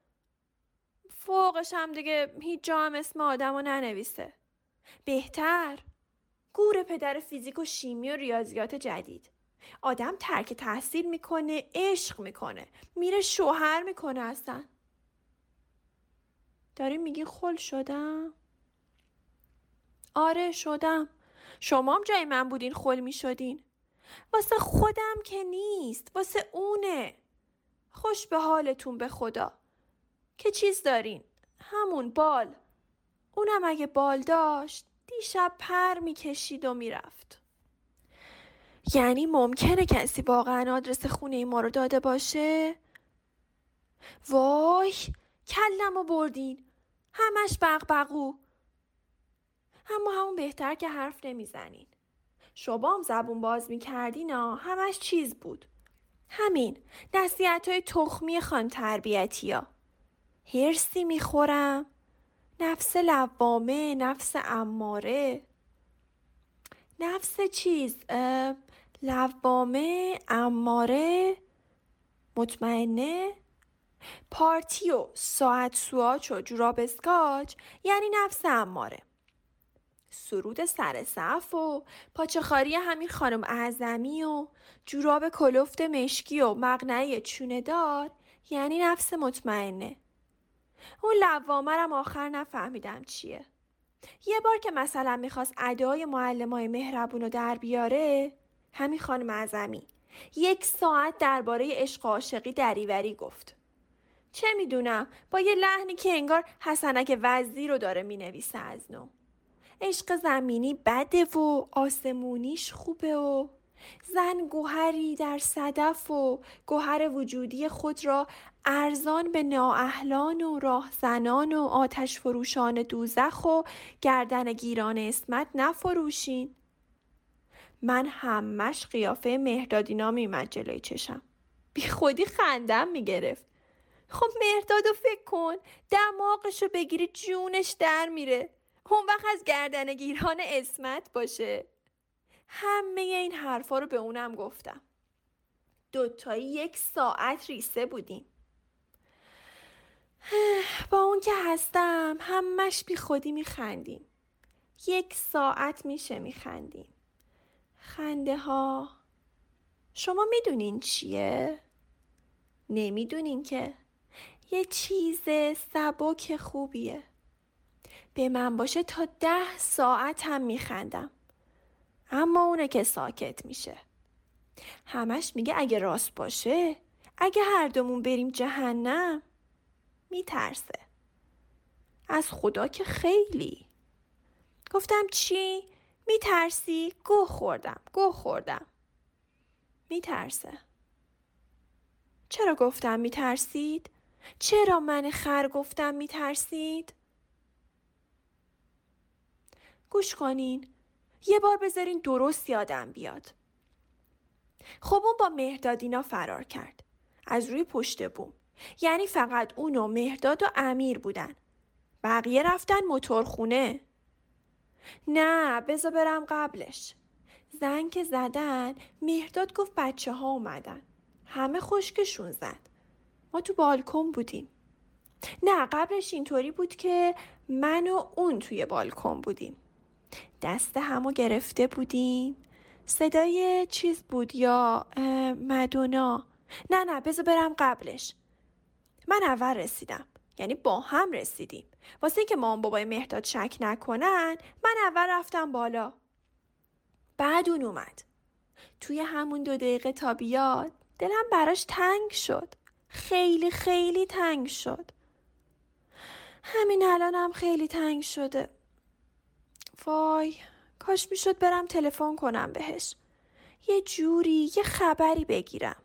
فوقش هم دیگه هیچ جا هم اسم آدمو ننویسه. بهتر، گور پدر فیزیک و شیمی و ریاضیات جدید. آدم ترک تحصیل میکنه، عشق میکنه، میره شوهر میکنه. اصلا داری میگی خل شدم؟ آره شدم. شما هم جای من بودین خل میشدین. واسه خودم که نیست، واسه اونه. خوش به حالتون به خدا که چیز دارین، همون بال. اونم اگه بال داشت دیشب پر میکشید و میرفت. یعنی ممکنه کسی واقعا آدرس خونه ما رو داده باشه؟ وای کلمو بردین، همش بغبغو. اما همون بهتر که حرف نمیزنین. شما هم زبون باز میکردین ها، همش چیز بود. همین نصیحت‌های تخمی خان تربیتی ها. هرسی میخورم، نفس لوامه، نفس اماره. نفس چیز، لوامه، اماره، مطمئنه. پارتی و ساعت سواچ و جوراب اسکاچ یعنی نفس اماره. سرود سر صف و پاچه‌خواری همین خانم اعظمی و جوراب کلفت مشکی و مقنعه چونه دار یعنی نفس مطمئنه. اون لوامرم آخر نفهمیدم چیه. یه بار که مثلا میخواست ادای معلمای مهربونو در بیاره، همین خانم اعظمی یک ساعت درباره عشق و عاشقی دریوری گفت. چه میدونم، با یه لحنی که انگار حسنک وزیر رو داره مینویسه از نو. عشق زمینی بده و آسمونیش خوبه و زن گوهری در صدف و گوهر وجودی خود را ارزان به نااهلان و راهزنان و آتش فروشان دوزخ و گردن گیران اسمت نفروشین. من همش قیافه مهردادینا میمد جلوی چشم. بی خودی خندم میگرفت. خب مهردادو فکر کن، دماغشو بگیری جونش در میره. اون وقت از گردن گیران اسمت باشه. همه این حرفا رو به اونم گفتم. دوتایی یک ساعت ریسه بودیم. با اون که هستم همش بی خودی میخندیم. یک ساعت میشه میخندیم. خنده ها شما میدونین چیه؟ نمیدونین که یه چیز سبک خوبیه. به من باشه تا ده ساعت هم میخندم. اما اونه که ساکت میشه. همش میگه اگه راست باشه، اگه هر دومون بریم جهنم. میترسه. از خدا که خیلی. گفتم چی؟ میترسی؟ گوه خوردم. گوه خوردم. میترسه. چرا گفتم میترسید؟ چرا من خر گفتم میترسید؟ گوش کنین. یه بار بذارین درست یادم بیاد. خب اون با مهردادینا فرار کرد. از روی پشت بوم. یعنی فقط اون و مهرداد و امیر بودن. بقیه رفتن موتورخونه. نه بذار برم قبلش. زنگ که زدن، مهرداد گفت بچه ها اومدن. همه خشکشون زد. ما تو بالکن بودیم. نه قبلش اینطوری بود که من و اون توی بالکن بودیم. دست همو گرفته بودیم. صدای چیز بود یا مدونا. نه نه بذار برم قبلش. من اول رسیدم. یعنی با هم رسیدیم. واسه اینکه مامان بابای مهرداد شک نکنن من اول رفتم بالا. بعد اون اومد. توی همون دو دقیقه تا بیاد دلم براش تنگ شد. خیلی خیلی تنگ شد. همین الانم خیلی تنگ شده. وای، کاش میشد برم تلفن کنم بهش. یه جوری یه خبری بگیرم.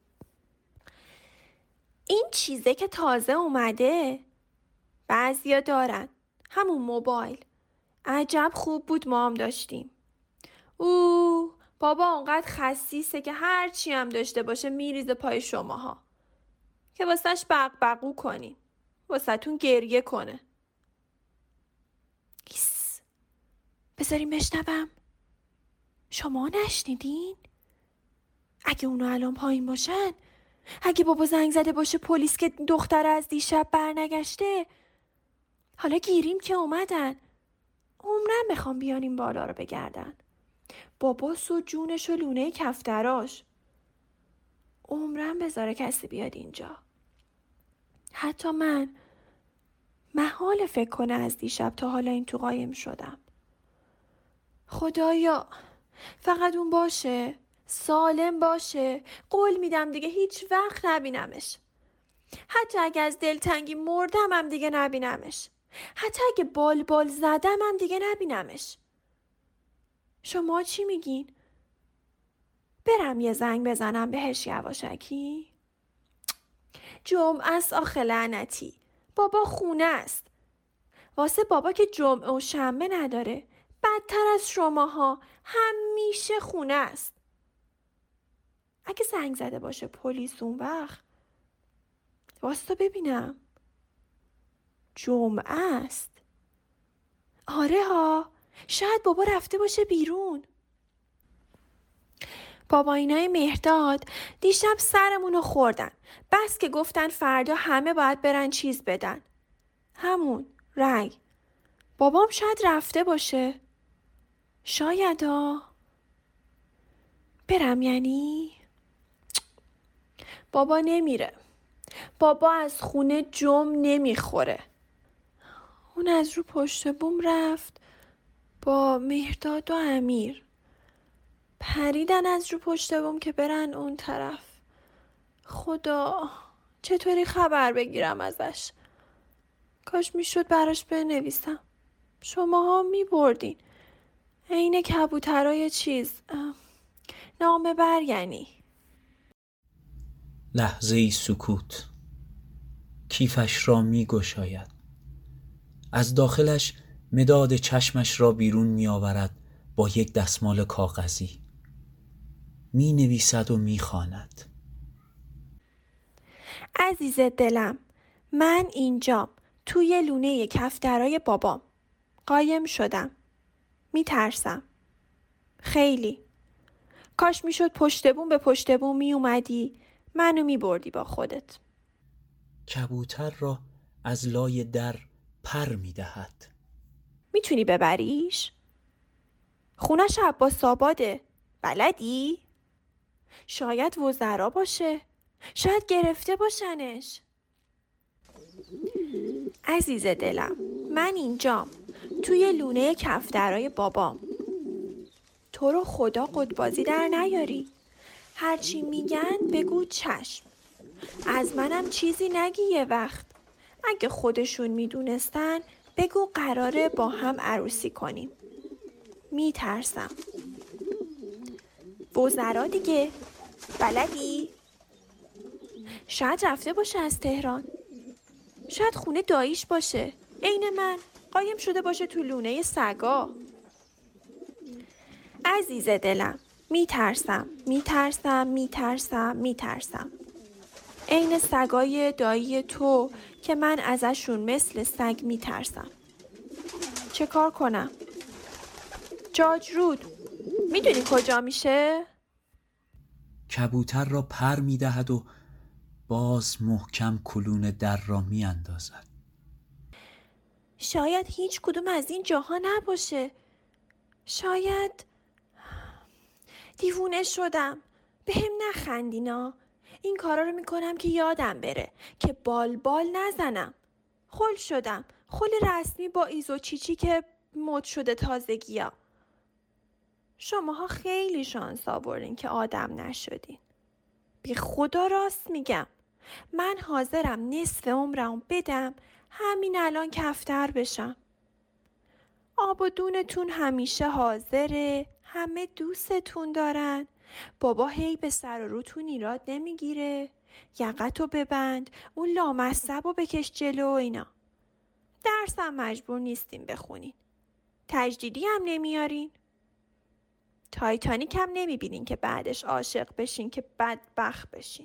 این چیزه که تازه اومده بعضیا دارن، همون موبایل. عجب خوب بود ما هم داشتیم. اوه بابا اونقدر خسیسه که هر چی هم داشته باشه میریزه پای شماها که واسهش بق کنین، واسه تون گریه کنه. ایس بذاریم بشنوم. شما نشنیدین؟ اگه اونا الان پایین باشن، اگه بابا زنگ زده باشه پلیس که دختر از دیشب برنگشته، حالا گیریم که اومدن، عمرن میخوام بیان این بالا رو بگردن. بابا سو جونش و لونه کفتراش، عمرن بذاره کسی بیاد اینجا. حتی من محال فکر کنه از دیشب تا حالا این تو قایم شدم. خدایا فقط اون باشه، سالم باشه، قول میدم دیگه هیچ وقت نبینمش. حتی اگه از دلتنگی مردم هم دیگه نبینمش. حتی اگه بال بال زدم هم دیگه نبینمش. شما چی میگین؟ برم یه زنگ بزنم بهش یواشکی؟ جمعه است آخه لعنتی. بابا خونه است. واسه بابا که جمعه و شنبه نداره، بدتر از شماها همیشه خونه است. اگه زنگ زده باشه پلیس اون وقت، واستا ببینم. جمعه است. آره ها، شاید بابا رفته باشه بیرون. باباینای مهرداد دیشب سرمونو خوردن. بس که گفتن فردا همه باید برن چیز بدن. همون رنگ. بابام شاید رفته باشه. شاید ها. برم یعنی؟ بابا نمیره. بابا از خونه جم نمیخوره. اون از رو پشت بوم رفت با مهرداد و امیر. پریدن از رو پشت بوم که برن اون طرف. خدا چطوری خبر بگیرم ازش؟ کاش میشد براش بنویسم. شماها میبردین. عین کبوترای چیز، نامه بر یعنی. لحظه ای سکوت. کیفش را می گشاید. از داخلش مداد چشمش را بیرون می آورد با یک دستمال کاغذی. می نویسد و می خواند. عزیز دلم، من اینجام توی لونه کفترای بابام. قایم شدم. می ترسم. خیلی. کاش می شد پشت بوم به پشت بوم می اومدی، منو می بردی با خودت. کبوتر را از لای در پر می دهد. می تونی ببریش؟ خونش عباس آباده. بلدی؟ شاید وزرا باشه. شاید گرفته باشنش. عزیز دلم، من اینجام توی لونه کفترای بابام. تو رو خدا قدبازی در نیاری. هرچی میگن بگو چشم. از منم چیزی نگی یه وقت. اگه خودشون میدونستن بگو قراره با هم عروسی کنیم. میترسم. وزرا دیگه. بلدی؟ شاید رفته باشه از تهران. شاید خونه داییش باشه. عین من. قایم شده باشه تو لونه سگا. عزیز دلم، میترسم میترسم میترسم میترسم. عین سگای دایی تو که من ازشون مثل سگ میترسم. چه کار کنم؟ جاج رود میدونی کجا میشه؟ کبوتر را پر می دهد و باز محکم کلون در را می اندازد. شاید هیچ کدوم از این جاها نباشه. شاید دیوونه شدم. به هم نخندینا. این کارا رو میکنم که یادم بره که بال بال نزنم. خل شدم. خل رسمی با ایزوچیچی که مد شده تازگی‌ها. شماها خیلی شانس آوردین که آدم نشدین. بی خدا راست میگم. من حاضرم نصف عمرم بدم همین الان کفتر بشم. آب و دونتون همیشه حاضره، همه دوستتون دارن، بابا هی به سر و روتون ایراد نمیگیره، یقتو ببند، اون لامصبو بکش جلو اینا. درسم مجبور نیستیم بخونین. تجدیدی هم نمیارین. تایتانیک هم نمیبینین که بعدش عاشق بشین که بدبخت بشین.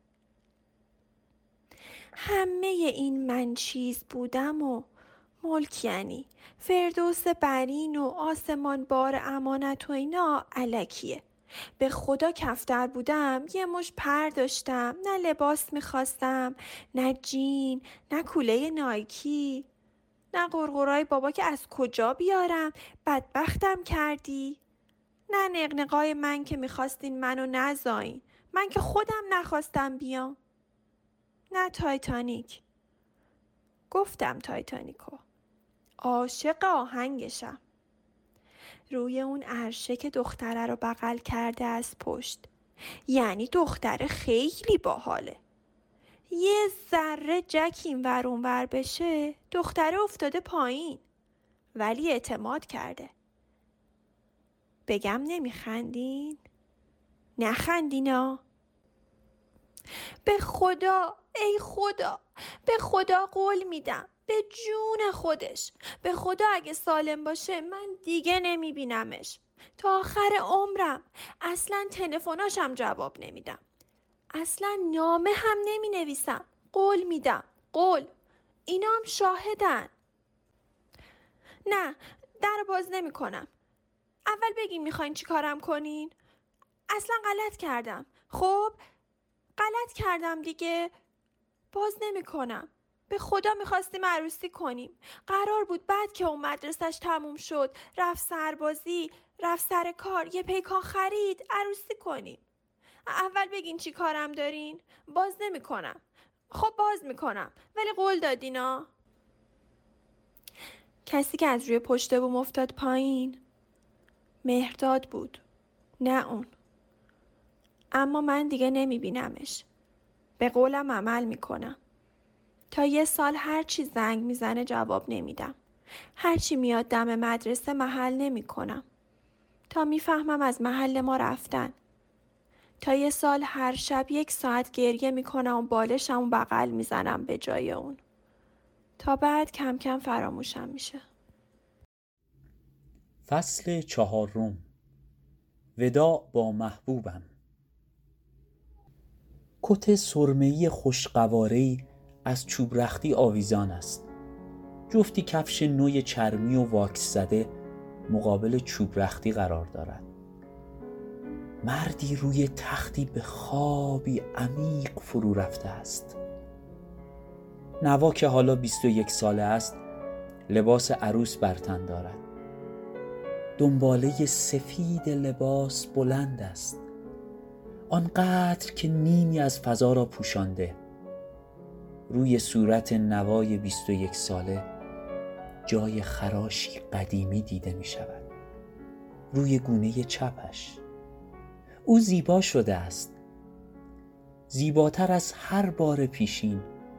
همه این من چیز بودم و ملک یعنی فردوس برین و آسمان بار امانت و اینا الکیه. به خدا کفتر بودم یه مش پر داشتم، نه لباس میخواستم، نه جین، نه کوله نایکی، نه قرقرای بابا که از کجا بیارم، بدبختم کردی. نه نقنقای من که میخواستین منو نزاین، من که خودم نخواستم بیام. نه تایتانیک. گفتم تایتانیکو. عاشق آهنگشم. روی اون عرشه که دختره رو بغل کرده از پشت. یعنی دختره خیلی باحاله. یه ذره جک این ور اون ور بشه دختره افتاده پایین. ولی اعتماد کرده. بگم نمیخندین؟ نخندینا. به خدا، ای خدا، به خدا قول میدم، به جون خودش، به خدا اگه سالم باشه من دیگه نمیبینمش تا آخر عمرم. اصلا تلفناشم جواب نمیدم، اصلا نامه هم نمی نویسم. قول میدم، قول. اینا هم شاهدن. نه، در باز نمی کنم. اول بگین میخواین چی کارم کنین؟ اصلا غلط کردم. خب غلط کردم دیگه. باز نمی کنم. به خدا میخواستیم عروسی کنیم. قرار بود بعد که اون مدرسش تموم شد رفت سربازی، رفت سر کار، یه پیکان خرید، عروسی کنیم. اول بگین چی کارم دارین؟ باز نمی کنم. خب باز میکنم ولی قول دادینا. کسی که از روی پشت بوم افتاد پایین مهرداد بود، نه اون. اما من دیگه نمیبینمش. به قولم عمل میکنم. تا یه سال هر چی زنگ میزنه جواب نمیدم. هر چی میاد دم مدرسه محل نمیکنم. تا میفهمم از محل ما رفتن. تا یه سال هر شب یک ساعت گریه میکنم و بالشم و بغل میزنم به جای اون. تا بعد کم کم فراموشم میشه. فصل چهارم. وداع با محبوبم. کت سرمه‌ای خوشقواره‌ای از چوب رختی آویزان است. جفتی کفش نوی چرمی و واکس زده مقابل چوب رختی قرار دارد. مردی روی تختی به خوابی عمیق فرو رفته است. نوا که حالا بیست و یک ساله است لباس عروس بر تن دارد. دنباله سفید لباس بلند است، آنقدر که نیمی از فضا را پوشانده. روی صورت نوای بیست و یک ساله جای خراشی قدیمی دیده می شود. روی گونه چپش او زیبا شده است، زیباتر از هر بار پیشین.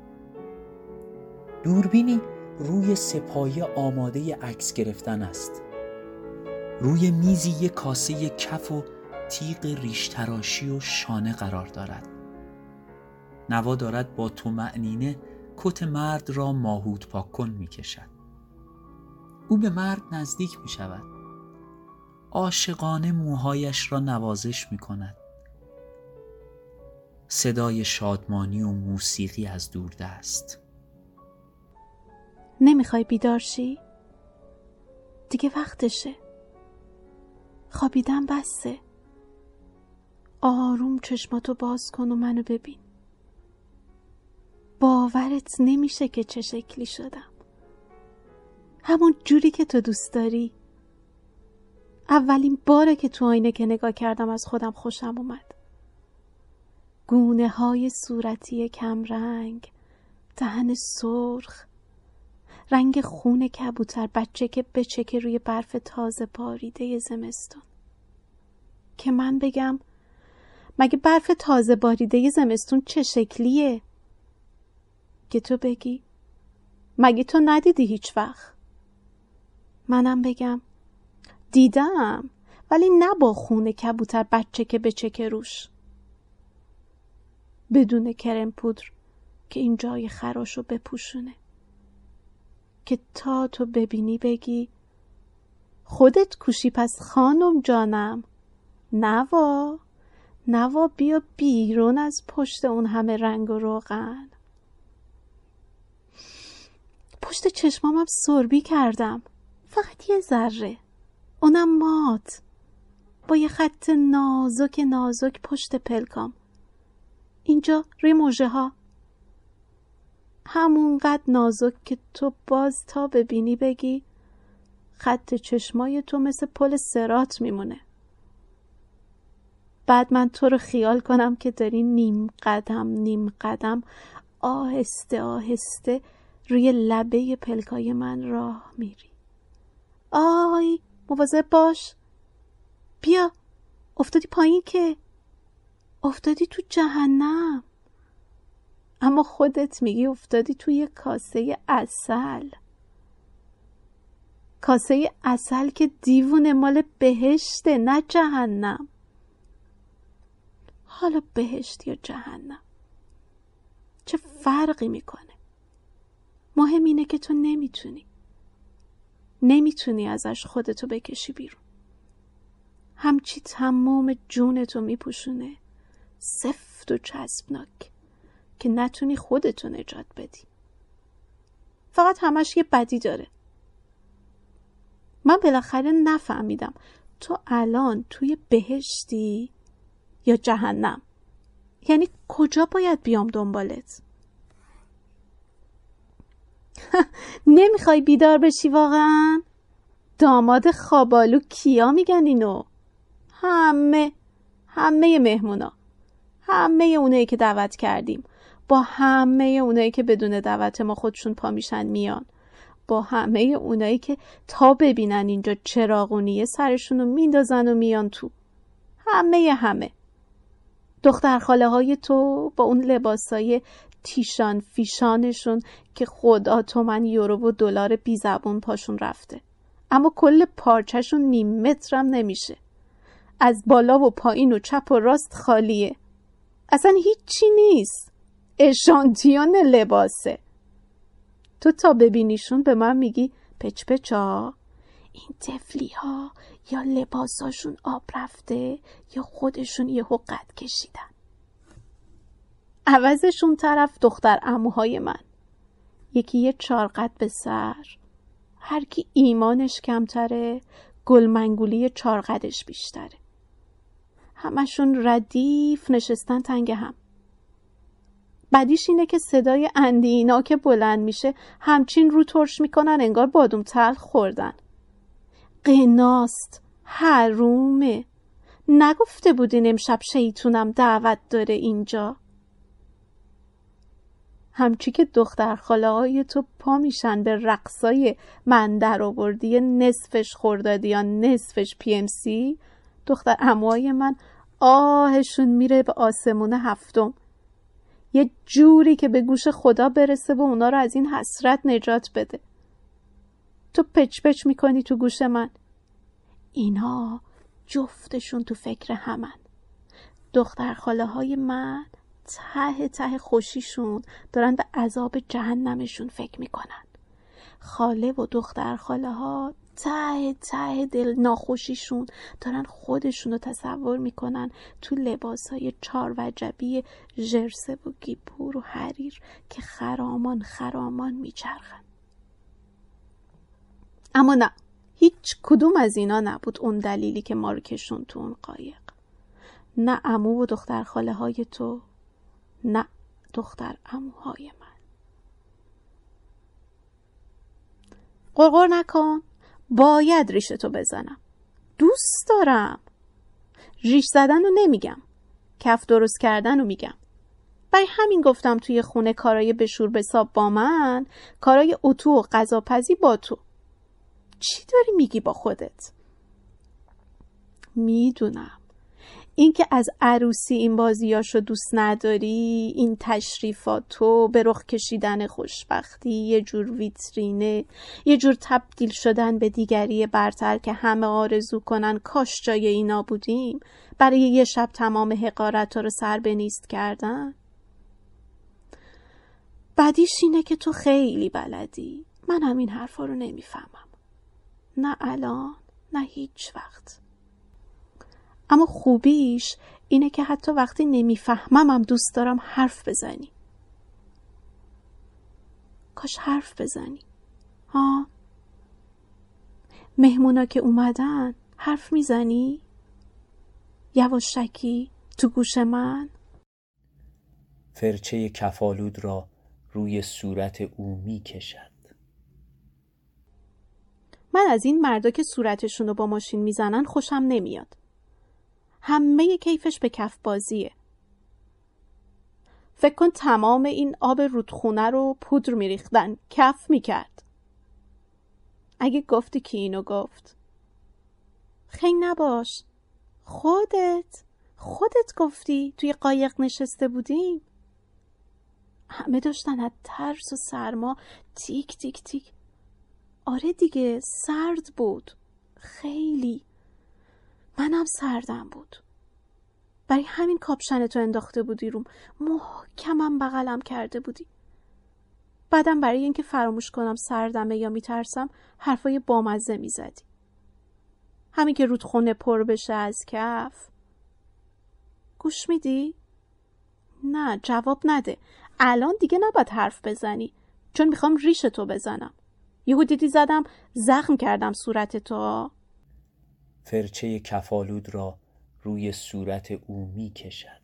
دوربینی روی سپایه آماده عکس گرفتن است. روی میزی یک کاسه کف و تیغ ریش تراشی و شانه قرار دارد. نوا دارد با طمأنینه کت مرد را ماهود پاک کن می کشد. او به مرد نزدیک می شود. عاشقانه موهایش را نوازش می کند. صدای شادمانی و موسیقی از دوردست. نمیخوای بیدار شی؟ دیگه وقتشه. خوابیدن بسه. آروم چشماتو باز کن و منو ببین. باورت نمیشه که چه شکلی شدم. همون جوری که تو دوست داری. اولین باره که تو آینه که نگاه کردم از خودم خوشم اومد. گونه های صورتی کمرنگ، دهن سرخ، رنگ خون کبوتر بچه که بچکه روی برف تازه باریده زمستون. که من بگم مگه برف تازه باریده زمستون چه شکلیه؟ که تو بگی مگه تو ندیدی هیچ وقت؟ منم بگم دیدم، ولی نه با خون کبوتر بچه که بچکه روش، بدون کرم پودر که این جای خراشو بپوشونه، که تا تو ببینی بگی خودت کوشی پس خانم جانم. نوا نوا بیا بیرون از پشت اون همه رنگ و روغن. پشت چشمامم سربی کردم، فقط یه ذره، اونم مات، با یه خط نازک نازک پشت پلکام، اینجا روی موجه ها، همونقدر نازک که تو باز تا ببینی بگی خط چشمای تو مثل پل صراط میمونه. بعد من تو رو خیال کنم که داری نیم قدم نیم قدم آهسته آهسته روی لبه پلکای من راه میری. آی مواظب باش، بیا، افتادی پایین که افتادی تو جهنم. اما خودت میگی افتادی توی کاسه عسل، کاسه عسل که دیوونه مال بهشته نه جهنم. حالا بهشت یا جهنم چه فرقی میکنه؟ مهم اینه که تو نمیتونی نمیتونی ازش خودتو بکشی بیرون. همچی تمام جونتو میپوشونه، سفت و چسبناک، که نتونی خودتو نجات بدی. فقط همش یه بدی داره. من بالاخره نفهمیدم تو الان توی بهشتی یا جهنم؟ یعنی کجا باید بیام دنبالت؟ نمیخوای بیدار بشی واقعا؟ داماد خوابالو کیا میگن اینو؟ همه همه مهمونا، همه اونایی که دعوت کردیم، با همه اونایی که بدون دعوت ما خودشون پا میشن میان، با همه اونایی که تا ببینن اینجا چراغونیه سرشونو میندازن و میان تو، همه همه دختر خاله های تو با اون لباسای تیشان فیشانشون که خدا تومن یورو و دلار بی زبون پاشون رفته، اما کل پارچهشون نیم مترم نمیشه، از بالا و پایین و چپ و راست خالیه، اصلا هیچی نیست، اشانتیون لباسه. تو تا ببینیشون به من میگی پچ پچا، این تفلی ها یا لباساشون آب رفته یا خودشون یهو قد کشیدن. عوضشون طرف دختر عموهای من، یکی یه چار قد به سر، هر کی ایمانش کمتره گلمنگولی چار قدش بیشتره، همشون ردیف نشستن تنگ هم. بدیش اینه که صدای اندینا که بلند میشه همچین رو ترش میکنن انگار بادوم تلخ خوردن. قناست، حرومه. نگفته بودین امشب شیطونم دعوت داره اینجا؟ همچی که دختر خاله های تو پا میشن به رقصای من در آوردی نصفش خوردادی یا نصفش پی ام سی، دختر عموهای من آهشون میره به آسمون هفتم، یه جوری که به گوش خدا برسه و اونا رو از این حسرت نجات بده. تو پچ پچ میکنی تو گوش من، اینا جفتشون تو فکر همن. دختر خاله های من ته ته خوشیشون دارن به عذاب جهنمشون فکر میکنن. خاله و دختر خاله ها ته ته دل ناخوشیشون دارن خودشون رو تصور میکنن تو لباس های چار وجبی ژرسه و گیپور و حریر که خرامان خرامان میچرخن. اما نه، هیچ کدوم از اینا نبود اون دلیلی که ما رو کشون تو اون قایق. نه عمو و دختر خاله های تو، نه دختر عموهای من. قرقر نکن، باید ریشتو بزنم، دوست دارم. ریش زدن رو نمیگم، کف درست کردن رو میگم. برای همین گفتم توی خونه کارای بشور بساب با من، کارای اتو و غذاپزی با تو. چی داری میگی با خودت؟ میدونم این که از عروسی این بازیاشو دوست نداری، این تشریفاتو، به رخ کشیدن خوشبختی، یه جور ویترینه، یه جور تبدیل شدن به دیگری برتر که همه آرزو کنن کاش جای اینا بودیم، برای یه شب تمام حقارت رو سر به نیست کردن. بدیش اینه که تو خیلی بلدی، من هم این حرفا رو نمیفهمم، نه الان نه هیچ وقت. اما خوبیش اینه که حتی وقتی نمیفهممم دوست دارم حرف بزنی. کاش حرف بزنی. ها؟ مهمونا که اومدن حرف میزنی؟ یواشکی تو گوش من؟ فرچه کفالود را روی صورت او می کشد. من از این مردا که صورتشون رو با ماشین میزنن خوشم نمیاد. همه کیفش به کف بازیه. فکر کن تمام این آب رودخونه رو پودر میریختن، کف میکرد. اگه گفتی کی اینو گفت؟ خنگ نباش. خودت خودت گفتی توی قایق نشسته بودیم. همه داشتن از ترس و سرما تیک تیک تیک. آره دیگه سرد بود، خیلی. منم سردم بود. برای همین کاپشنتو انداخته بودی روم، محکمم بغلم کرده بودی. بعدم برای اینکه فراموش کنم سردمه یا میترسم حرفای بامزه میزدی. همین که رودخونه پر بشه از کف. گوش میدی؟ نه جواب نده. الان دیگه نباید حرف بزنی، چون میخوام ریشتو بزنم. یهو دیدی زدم زخم کردم صورتتو. فرچه کفالود را روی صورت او می کشد.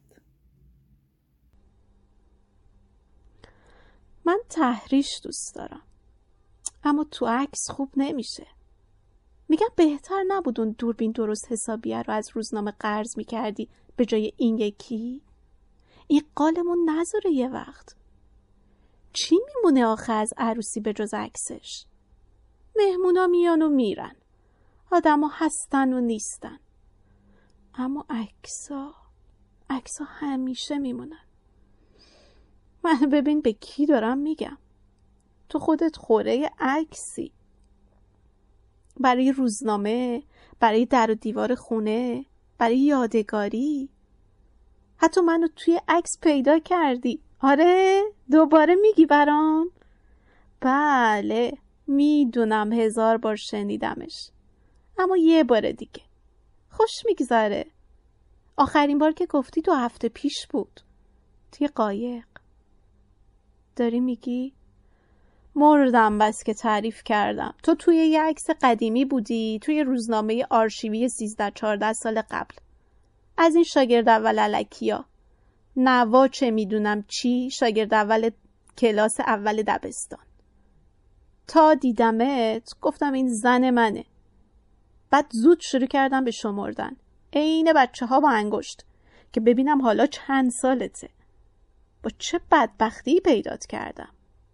من تحریش دوست دارم، اما تو عکس خوب نمیشه. میگم بهتر نبود اون دوربین درست حسابیه رو از روزنامه قرض میکردی به جای این یکی؟ این قالمون نذاره یه وقت. چی میمونه آخه از عروسی به جز عکسش؟ مهمونا میان و میرن، آدم ها هستن و نیستن، اما عکسا عکسا همیشه میمونن. من ببین به کی دارم میگم. تو خودت خوره عکسی، برای روزنامه، برای در و دیوار خونه، برای یادگاری. حتی منو توی عکس پیدا کردی. آره دوباره میگی برام؟ بله میدونم، هزار بار شنیدمش، اما یه بار دیگه. خوش میگذره. آخرین بار که گفتی دو هفته پیش بود، توی قایق. داری میگی؟ مردم بس که تعریف کردم. تو توی یه عکس قدیمی بودی، توی روزنامه آرشیوی سیزده چهارده سال قبل، از این شاگرد اول الکیا، نوا چه میدونم چی، شاگرد اول کلاس اول دبستان. تا دیدمت گفتم این زن منه. بعد زود شروع کردم به شمردن، عین بچه ها با انگشت، که ببینم حالا چند سالته. با چه بدبختی پیدات کردم.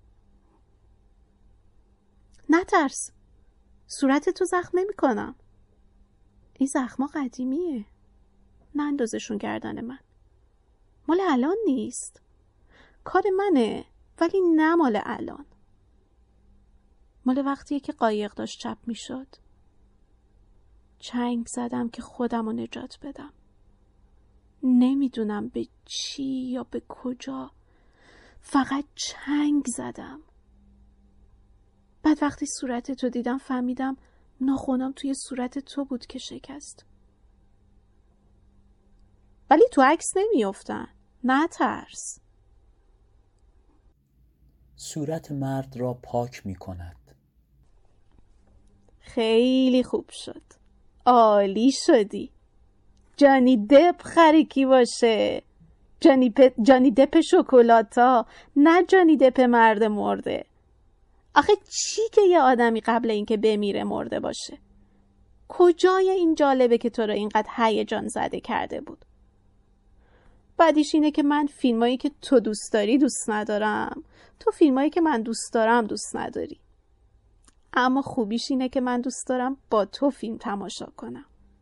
نترس، صورتتو زخم نمی کنم. این زخما قدیمیه، نندازشون گردن من. مال الان نیست، کار منه، ولی نه مال الان. مال وقتیه که قایق داشت چپ می شد. چنگ زدم که خودم رو نجات بدم. نمیدونم به چی یا به کجا، فقط چنگ زدم. بعد وقتی صورتتو دیدم فهمیدم ناخنام توی صورت تو بود که شکست. ولی تو عکس نمیافتن، نه ترس. صورت مرد را پاک می کند. خیلی خوب شد، عالی شدی. جانی دپ خریکی باشه، جانی, پ... جانی دپ شکلاتا، نه جانی دپ مرد مرده. آخه چی که یه آدمی قبل اینکه بمیره مرده باشه؟ کجای این جالبه که تو رو اینقدر هیجان زده کرده بود؟ بعدیش اینه که من فیلمایی که تو دوست داری دوست ندارم، تو فیلمایی که من دوست دارم دوست نداری. اما خوبیش اینه که من دوست دارم با تو فیلم تماشا کنم،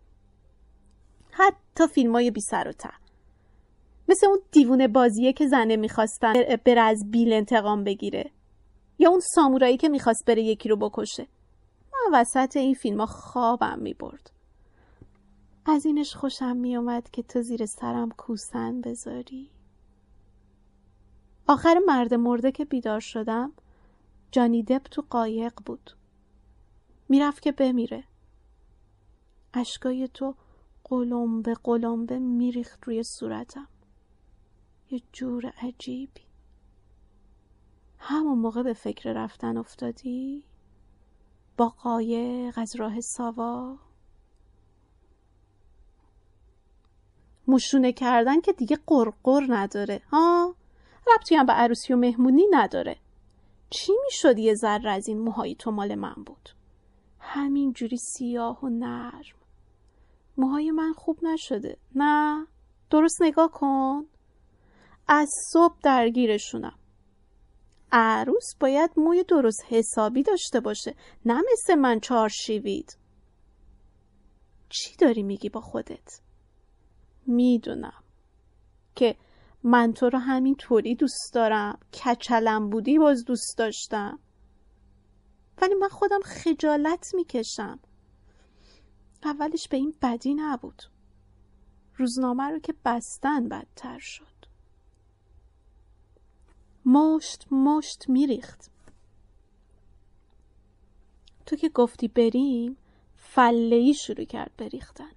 حتی فیلمای بی سر و ته، مثل اون دیوونه بازیه که زنه میخواستن بره از بیل انتقام بگیره، یا اون سامورایی که میخواست بره یکی رو بکشه. من وسط این فیلم‌ها خوابم میبرد. از اینش خوشم میومد که تو زیر سرم کوسن بذاری. آخر مرد مرده که بیدار شدم، جانی دپ تو قایق بود. میرفت که بمیره. اشکای تو قلمبه قلمبه میریخت روی صورتم. یه جور عجیبی. همون موقع به فکر رفتن افتادی؟ با قایق از راه ساوا؟ موشونه کردن که دیگه قرقر نداره ها؟ ربطی هم به عروسی و مهمونی نداره. چی میشد یه ذره از این موهای تو مال من بود؟ همین جوری سیاه و نرم. موهای من خوب نشده. نه، درست نگاه کن. از صبح درگیرشونم. عروس باید موی درست حسابی داشته باشه، نه مثل من چهار شیوید. چی داری میگی با خودت؟ میدونم که من تو رو همین طوری دوست دارم، کچلم بودی باز دوست داشتم، ولی من خودم خجالت میکشم. اولش به این بدی نبود، روزنامه رو که بستن بدتر شد. مشت مشت میریخت. تو که گفتی بریم، فله‌ای شروع کرد بریختن.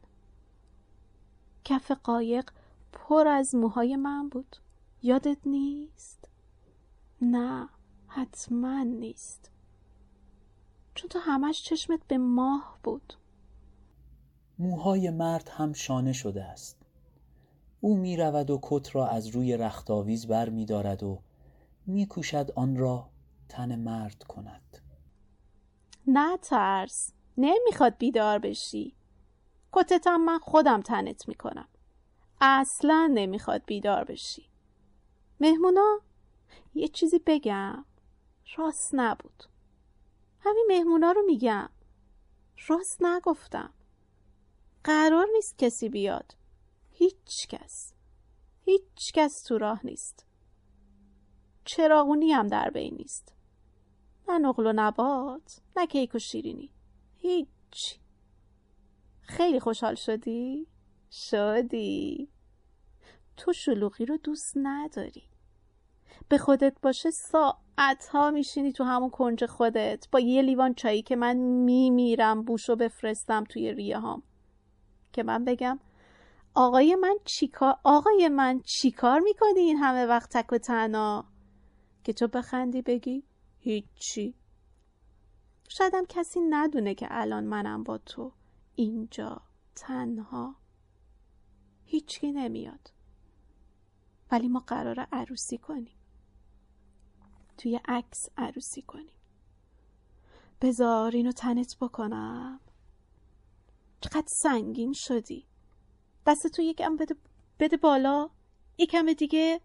کف قایق پر از موهای من بود. یادت نیست؟ نه، حتما نیست، چون تو همش چشمت به ماه بود. موهای مرد هم شانه شده است. او می رود و کت را از روی رختاویز بر می دارد و می کوشد آن را تن مرد کند. نه ترس، نمیخواد بیدار بشی. کتتم من خودم تنت میکنم. اصلا نمیخواد بیدار بشی. مهمونا، یه چیزی بگم، راست نبود. همین مهمونا رو میگم، راست نگفتم. قرار نیست کسی بیاد. هیچ کس. هیچ کس تو راه نیست. چراغونی هم در بین نیست. نه نقل و نبات، نه کیک و شیرینی. هیچ. خیلی خوشحال شدی؟ شدی. تو شلوغی رو دوست نداری. به خودت باشه ساعتها میشینی تو همون کنج خودت با یه لیوان چایی که من میمیرم بوشو بفرستم توی ریه هام که من بگم آقای من چیکار آقای من چیکار میکنی این همه وقت تک و تنها، که تو بخندی بگی هیچی. شایدم کسی ندونه که الان منم با تو اینجا تنها. هیچکی نمیاد، ولی ما قراره عروسی کنیم. توی عکس عروسی کنیم. بذار اینو تنت بکنم. چقدر سنگین شدی. دستتو یکم بده بده بالا، یکم دیگه.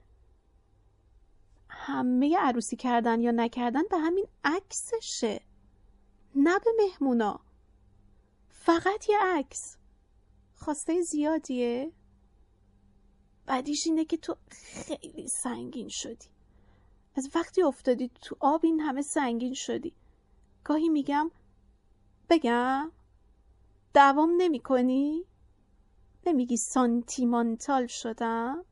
همه عروسی کردن یا نکردن به همین عکسشه، نه به مهمونا. فقط یه عکس. خواسته زیادیه؟ بعدیش اینه که تو خیلی سنگین شدی. از وقتی افتادی تو آب این همه سنگین شدی. گاهی میگم بگم دوام نمی کنی؟ نمیگی سانتیمانتال شدم؟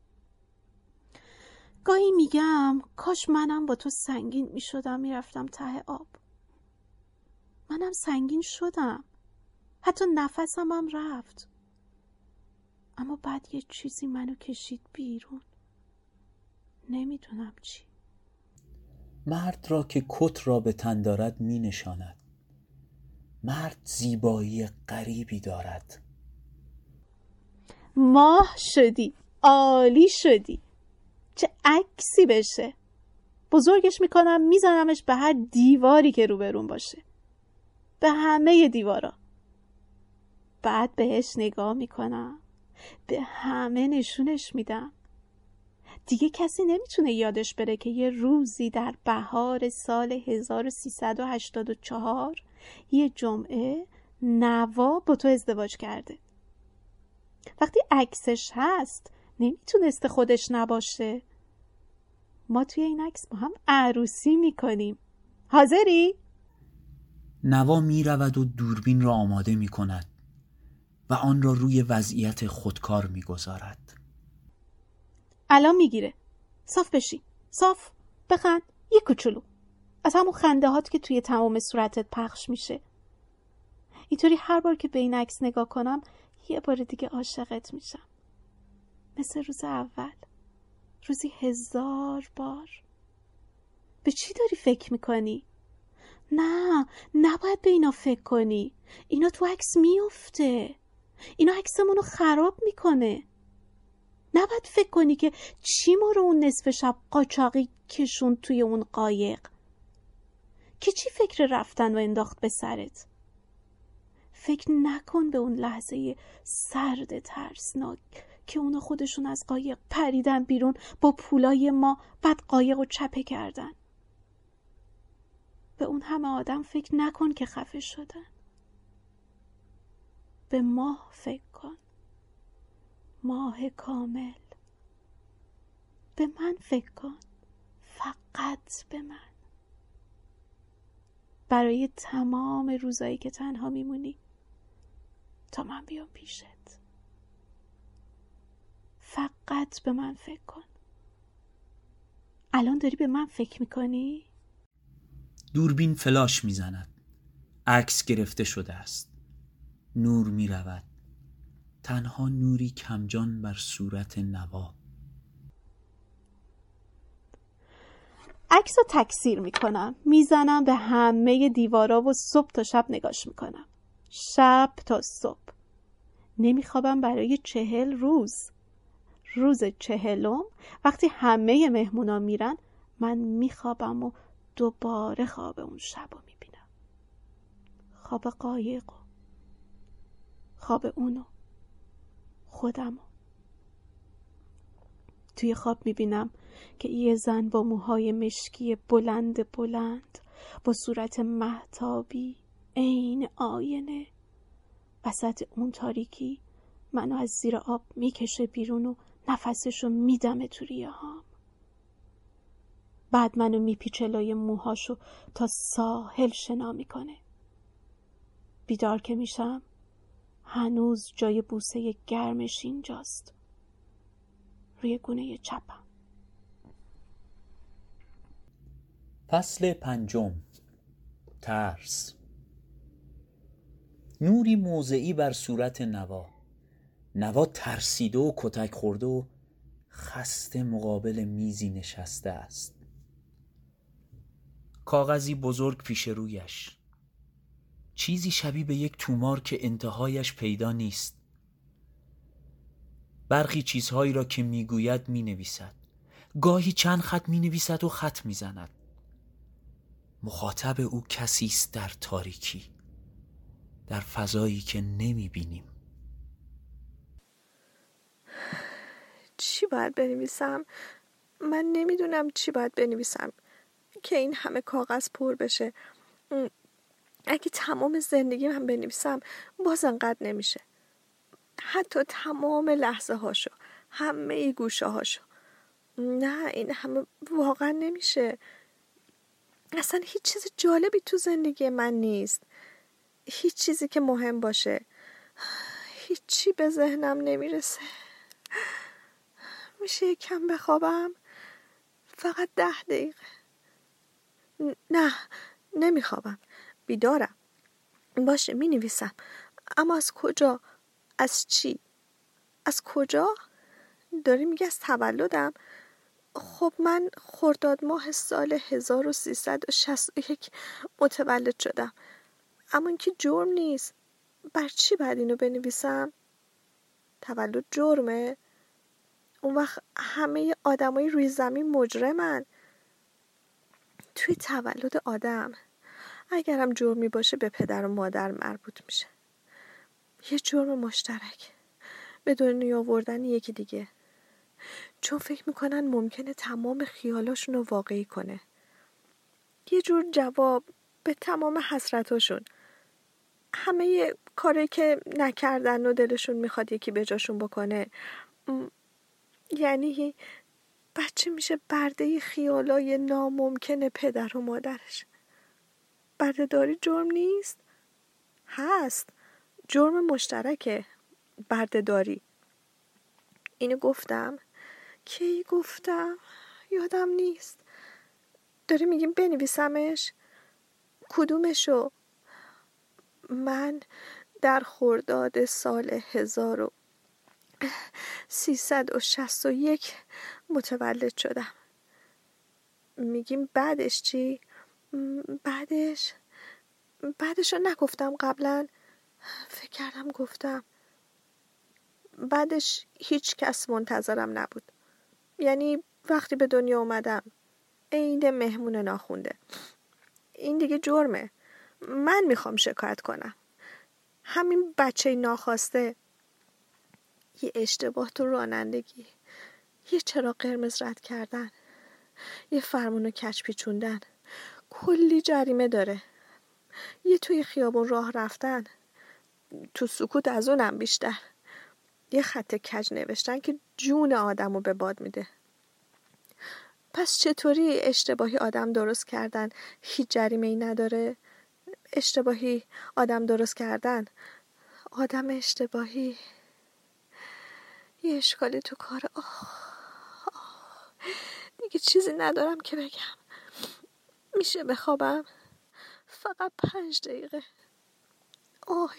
گاهی میگم کاش منم با تو سنگین میشدم میرفتم ته آب. منم سنگین شدم، حتی نفسم هم رفت، اما بعد یه چیزی منو کشید بیرون. نمیدونم چی. مرد را که کت را به تن دارد می نشاند. مرد زیبایی غریبی دارد. ماه شدی، عالی شدی. چه عکسی بشه. بزرگش میکنم میزنمش به هر دیواری که روبرون باشه، به همه دیوارا. بعد بهش نگاه میکنم، به همه نشونش میدم. دیگه کسی نمیتونه یادش بره که یه روزی در بهار سال هزار و سیصد و هشتاد و چهار یه جمعه نوا با تو ازدواج کرده. وقتی عکسش هست نمیتونسته خودش نباشه. ما توی این عکس با هم عروسی میکنیم. حاضری؟ نوا می رود و دوربین را آماده می کند و آن را روی وضعیت خودکار می گذارد. الان میگیره. صاف بشی. صاف. بخند. یه کوچولو. از همون خنده هات که توی تمام صورتت پخش میشه. اینطوری هر بار که به این عکس نگاه کنم یه بار دیگه عاشقت میشم. مثل روز اول. روزی هزار بار. به چی داری فکر میکنی؟ نه، نباید به اینا فکر کنی. اینا تو عکس میفته. اینا عکسمونو خراب میکنه. نباید فکر کنی که چی ما رو اون نصف شب قاچاقی کشون توی اون قایق، که چی فکر رفتن و انداخت به سرت. فکر نکن به اون لحظه سرد ترسناک که اونا خودشون از قایق پریدن بیرون با پولای ما، بعد قایق رو چپه کردن. به اون همه آدم فکر نکن که خفه شدن. به ماه فکر کن. ماه کامل. به من فکر کن. فقط به من. برای تمام روزایی که تنها میمونی تا من بیام پیشت. فقط به من فکر کن. الان داری به من فکر میکنی؟ دوربین فلاش میزند. عکس گرفته شده است. نور میرود. تنها نوری کمجان بر صورت نوا. عکس رو تکثیر میکنم. میزنم به همه دیوارا و صبح تا شب نگاش میکنم. شب تا صبح. نمیخوابم برای چهل روز. روز چهلم وقتی همه مهمونا میرن من میخوابم و دوباره خواب اون شب رو میبینم. خواب قایق و خواب اونو، خودمو. توی خواب میبینم که یه زن با موهای مشکی بلند بلند با صورت مهتابی عین آینه وسط اون تاریکی منو از زیر آب میکشه بیرون و نفسشو میدمه تو ریه هام. بعد منو میپیچه لای موهاشو تا ساحل شنا میکنه. بیدار که میشم هنوز جای بوسه گرمش اینجاست، روی گونه چپم. فصل پنجم. ترس. نوری موضعی بر صورت نوا. نوا ترسیده و کتک خورده و خسته مقابل میزی نشسته است. کاغذی بزرگ پیش رویش. چیزی شبیه به یک تومار که انتهایش پیدا نیست. برخی چیزهایی را که میگوید مینویسد. گاهی چند خط مینویسد و خط میزند. مخاطب او کسی است در تاریکی، در فضایی که نمیبینیم. چی باید بنویسم؟ من نمیدونم چی باید بنویسم که این همه کاغذ پر بشه. اگه تمام زندگی من بنویسم باز انقدر نمیشه. حتی تمام لحظه هاشو، همه گوشه هاشو. نه، این همه واقعا نمیشه. اصلا هیچ چیز جالبی تو زندگی من نیست. هیچ چیزی که مهم باشه. هیچی به ذهنم نمیرسه. میشه یکم بخوابم؟ فقط ده دقیقه. نه، نمیخوابم. بیدارم. باشه، می نویسم. اما از کجا؟ از چی؟ از کجا؟ داری میگه از تولدم؟ خب من خرداد ماه سال هزار و سیصد و شصت و یک متولد شدم. اما این که جرم نیست. بر چی باید اینو بنویسم؟ تولد جرمه؟ اون وقت همه آدمای روی زمین مجرمن. توی تولد آدم اگرم جرمی باشه به پدر و مادر مربوط میشه. یه جرم مشترک به دنیا آوردن یکی دیگه. چون فکر میکنن ممکنه تمام خیالاشون رو واقعی کنه. یه جور جواب به تمام حسرتاشون. همه کاری که نکردن و دلشون میخواد یکی به جاشون بکنه. یعنی بچه میشه برده خیالای ناممکن پدر و مادرش. برده داری جرم نیست؟ هست. جرم مشترکه برده داری. اینو گفتم؟ کی گفتم؟ یادم نیست. داری میگیم بنویسمش؟ کدومشو؟ من در خرداد سال هزار و سیصد و شصت و یک متولد شدم. میگیم بعدش چی؟ بعدش بعدش رو نگفتم قبلا. فکر کردم گفتم. بعدش هیچ کس منتظرم نبود. یعنی وقتی به دنیا اومدم عین مهمون ناخونده. این دیگه جرمه. من میخوام شکایت کنم. همین بچه ناخواسته یه اشتباه تو رانندگی، یه چراغ قرمز رد کردن، یه فرمونو کج پیچوندن، کلی جریمه داره. یه توی خیابون راه رفتن، تو سکوت از اونم بیشتر. یه خط کج نوشتن که جون آدمو به باد میده. پس چطوری اشتباهی آدم درست کردن هیچ جریمه ای نداره؟ اشتباهی آدم درست کردن، آدم اشتباهی یه اشکالی تو کار. آه, آه دیگه چیزی ندارم که بگم. میشه بخوابم؟ فقط پنج دقیقه. آه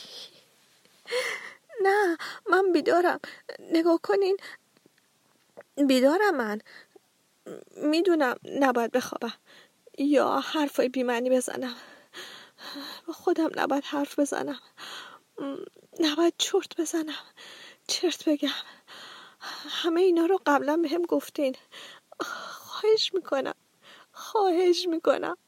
نه، من بیدارم. نگاه کنین، بیدارم. من میدونم نباید بخوابم یا حرفای بی‌معنی بزنم. خودم نباید حرف بزنم، نباید چرت بزنم، چرت بگم. همه اینا رو قبلا بهم گفتین. خواهش میکنم، خواهش میکنم.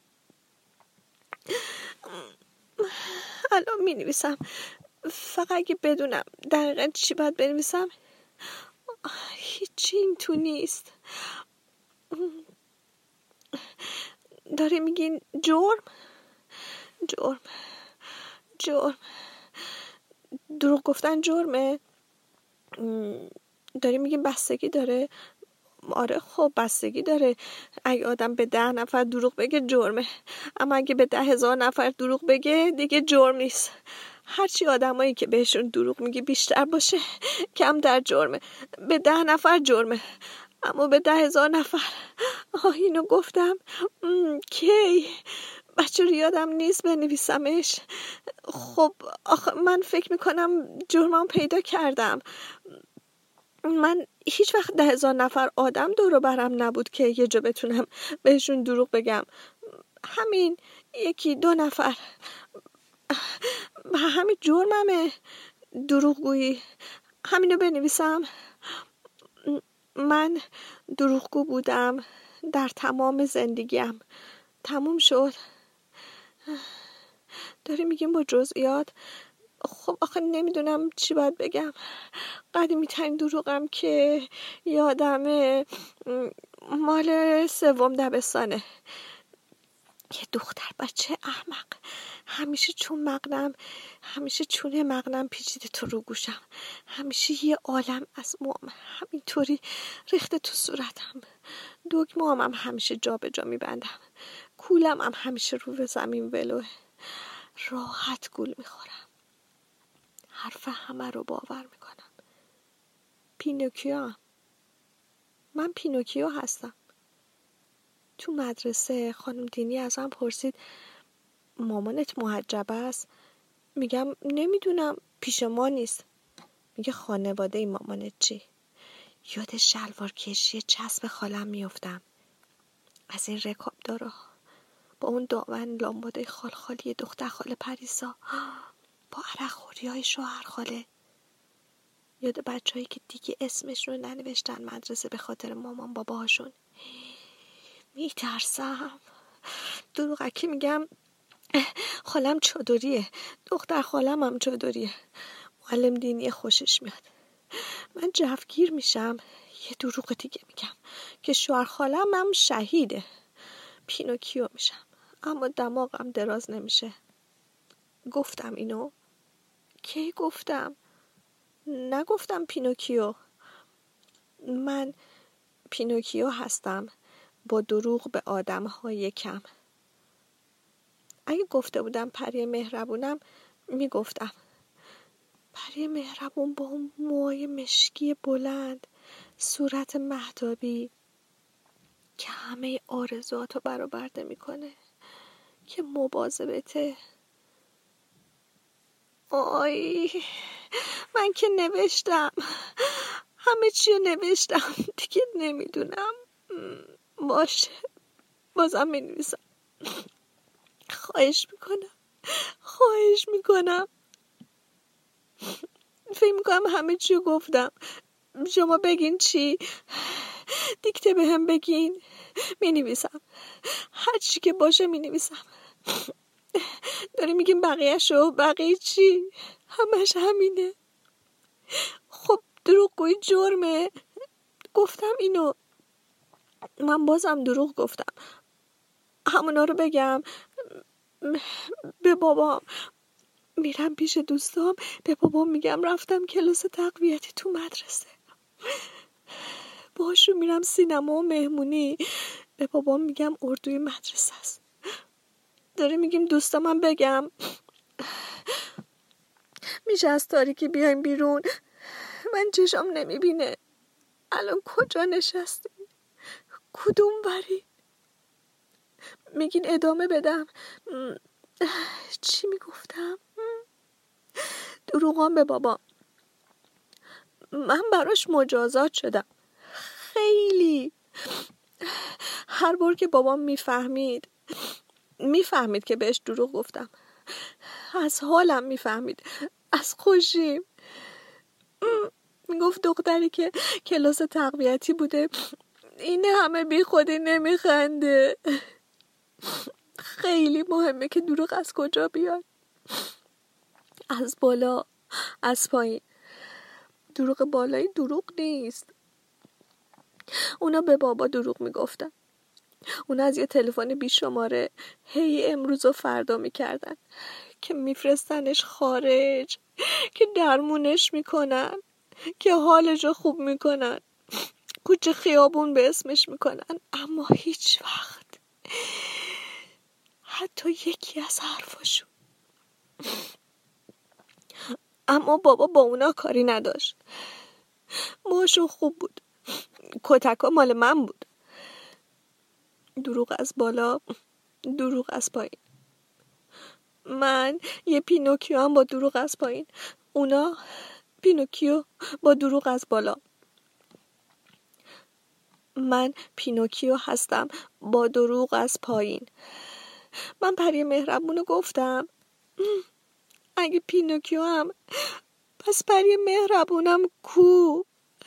الان می نویسم. فقط اگه بدونم دقیقا چی باید بنویسم. هیچی این تو نیست. داره میگین جرم؟ جرم جرم دروغ گفتن جرمه؟ داری میگین بستگی داره؟ آره خب بستگی داره. اگه آدم به ده نفر دروغ بگه جرمه، اما اگه به ده هزار نفر دروغ بگه دیگه جرم نیست. هرچی آدمایی که بهشون دروغ میگی بیشتر باشه کم در جرمه. به ده نفر جرمه، اما به ده هزار نفر. آه اینو گفتم کی؟ بچه رو یادم نیست بنویسمش. خب آخه من فکر میکنم جرمم پیدا کردم. من هیچ وقت ده هزار نفر آدم دور و برم نبود که یه جا بتونم بهشون دروغ بگم. همین یکی دو نفر. همین جرممه، دروغگویی. همینو بنویسم. من دروغگو بودم در تمام زندگیم. تموم شد. داری میگیم با جزئیات؟ خب آخه نمیدونم چی باید بگم. قدیمی ترین دروغم که یادمه مال سوم دبستانه. یه دختر بچه احمق همیشه چون مغنم همیشه چونه مغنم پیچیده تو رو گوشم، همیشه یه عالم از موام همینطوری ریخته تو صورتم، دکمه هم همیشه جا به جا میبندم، کولم هم همیشه رو به زمین ولوه، راحت گول میخورم، حرف همه رو باور میکنم. پینوکیو. من پینوکیو هستم. تو مدرسه خانم دینی ازم پرسید مامانت محجبه است؟ میگم نمیدونم، پیش ما نیست. میگه خانواده مامانت چی؟ یاد شلوار کشی چسب خالم میافتم، از این رکاب داره با اون دامن لامباده خال خالی دختر خاله پریسا، با عرق خوری های شوهر خاله. یاد بچه هایی که دیگه اسمشون رو ننوشتن مدرسه به خاطر مامان باباهاشون. میترسم. دروغکی میگم خالم چادریه، دختر خالم هم چادریه. معلم دینی خوشش میاد. من جوگیر میشم، یه دروغ دیگه میگم که شوهر خالم هم شهیده. پینوکیو میشم، اما دماغم دراز نمیشه. گفتم اینو؟ کی گفتم؟ نگفتم پینوکیو. من پینوکیو هستم با دروغ به آدم‌های کم. اگه گفته بودم پری مهربونم میگفتم. پری مهربون با اون موهای مشکی بلند، صورت مهتابی که همه آرزوهاتو برآورده میکنه، که مواظبته. آی من که نوشتم، همه چی رو نوشتم دیگه، نمیدونم. باشه بازم مینویسم. خواهش میکنم خواهش میکنم فکر میکنم همه چی رو گفتم. شما بگین چی؟ دیکته به هم بگین، مینویسم. هر چی که باشه مینویسم. داری میگیم بقیه شو؟ بقیه چی؟ همش همینه. خب دروغگویی جرمه. گفتم اینو. من بازم دروغ گفتم. همونا رو بگم. به بابام میرم پیش دوستام، به بابام میگم رفتم کلاس تقویتی تو مدرسه. باشو میرم سینما و مهمونی، به بابام میگم اردوی مدرسه است. داره میگیم دوستامم بگم. میشه از تاریکی بیایم بیرون؟ من چشم نمیبینه. الان کجا نشستیم؟ کدوم بری؟ میگین ادامه بدم؟ چی میگفتم؟ دروغام به بابا. من براش مجازات شدم خیلی. هر بار که بابام میفهمید میفهمید که بهش دروغ گفتم، از حالم میفهمید، از خوشیم. میگفت دختری که کلاس تقویتی بوده این همه بی خودی نمیخنده. خیلی مهمه که دروغ از کجا بیاد، از بالا از پایین. دروغ بالایی دروغ نیست. اونا به بابا دروغ میگفتن. اونا از یه تلفن بی شماره هی امروز و فردا میکردن که میفرستنش خارج، که درمونش میکنن، که حالشو خوب میکنن، کوچه خیابون به اسمش میکنن. اما هیچ وقت حتی یکی از حرفاشو. اما بابا با اونا کاری نداشت. باشون خوب بود. کتکا مال من بود. دروغ از بالا، دروغ از پایین. من یه پینوکیو هم با دروغ از پایین. اونا پینوکیو با دروغ از بالا. من پینوکیو هستم با دروغ از پایین. من پری مهربونو گفتم. اگه پینوکیو هم، پس پری مهربونم کو؟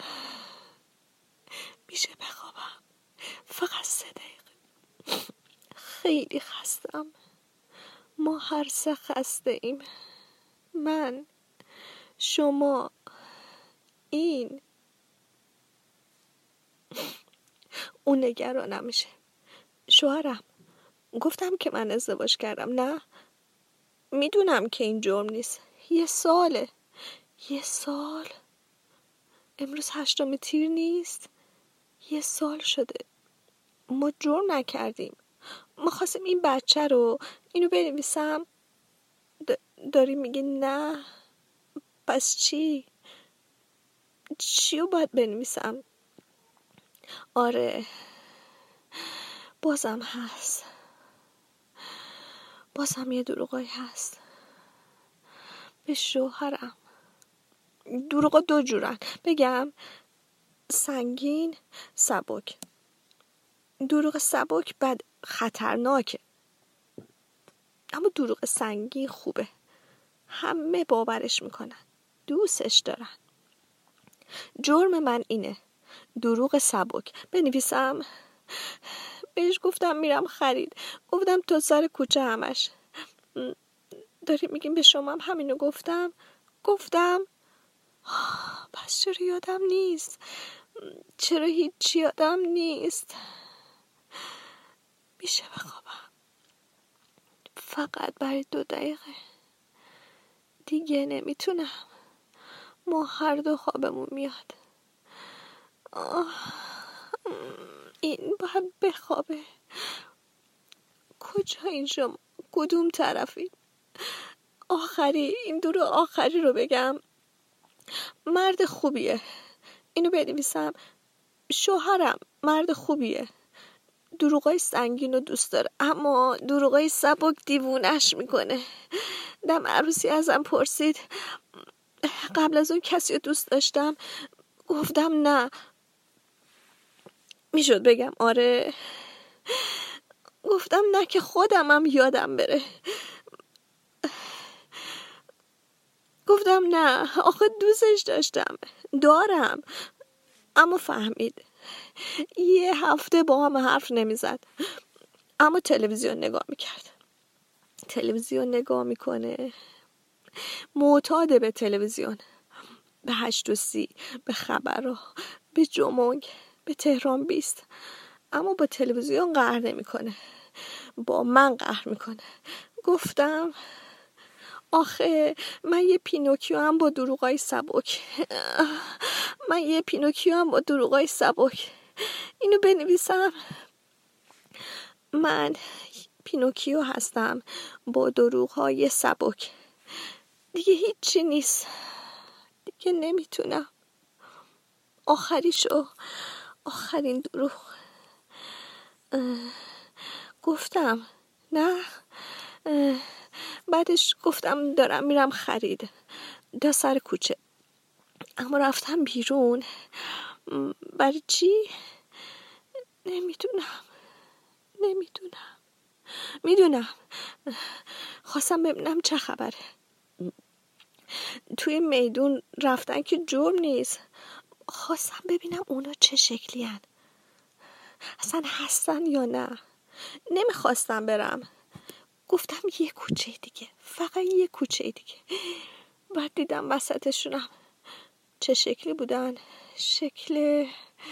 میشه بخوابم فقط سه دقیقه؟ خیلی خستم. ما هر سه خسته ایم. من، شما، این. اون نگرانم میشه. شوهرم گفتم که من ازدواج کردم. نه میدونم که این جرم نیست. یه ساله یه سال امروز هشتم تیر نیست. یه سال شده ما جرم نکردیم. ما خواستیم این بچه رو اینو بنویسم. داری میگی نه؟ پس چی؟ چی رو باید بنویسم؟ آره بازم هست، بازم یه دروغایی هست به شوهرم. دروغا دو جورن. بگم سنگین، سبک. دروغ سبک بد خطرناکه، اما دروغ سنگین خوبه. همه باورش میکنن، دوستش دارن. جرم من اینه، دروغ سبک. بنویسم؟ بهش گفتم میرم خرید، گفتم تا سر کوچه همش. داری میگیم به شما هم همینو گفتم؟ گفتم؟ پس چرا یادم نیست؟ چرا هیچ یادم نیست. میشه بخوابم فقط برای دو دقیقه. دیگه نمیتونم. ما هر دو خوابمون میاد. آه. این باید بخوابه. کجا این شما؟ کدوم طرفی؟ آخری این دور آخری رو بگم. مرد خوبیه. اینو بنویسم. شوهرم مرد خوبیه. دروغای سنگین رو دوست داره اما دروغای سبک دیوونش میکنه. دم عروسی ازم پرسید قبل از اون کسی رو دوست داشتم. گفتم نه. میشد بگم آره. گفتم نه که خودمم یادم بره. گفتم نه آخه دوستش داشتم دارم. اما فهمید. یه هفته با هم حرف نمیزد اما تلویزیون نگاه میکرد. تلویزیون نگاه میکنه. معتاده به تلویزیون، به هشت و سی، به خبرها، به جمونگ، به تهران بیست. اما با تلویزیون قهر نمیکنه، با من قهر میکنه. گفتم آخه من یه پینوکیو هم با دروغای سبک. من یه پینوکیو هم با دروغای سبک. اینو بنویسم. من پینوکیو هستم با دروغهای سبک. دیگه هیچی نیست. دیگه نمیتونم. آخریشو، آخرین دروغ. گفتم نه. بعدش گفتم دارم میرم خرید دا سر کوچه. اما رفتم بیرون. برای چی؟ نمیدونم. نمیدونم. میدونم. خواستم ببینم چه خبره. توی میدون رفتن که جرم نیست. خواستم ببینم اونا چه شکلی هن. اصلا هستن یا نه. نمیخواستم برم. گفتم یه کوچه دیگه، فقط یه کوچه دیگه. بعد دیدم وسطشونم چه شکلی بودن. شکل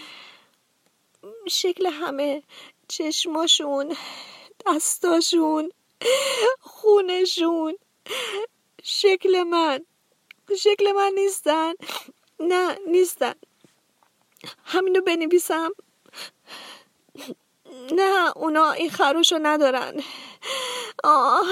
شکل همه، چشماشون، دستاشون، خونشون، شکل من. شکل من نیستن. نه نیستن. همینو بنویسم. نه اونا این خروشو ندارن. آه.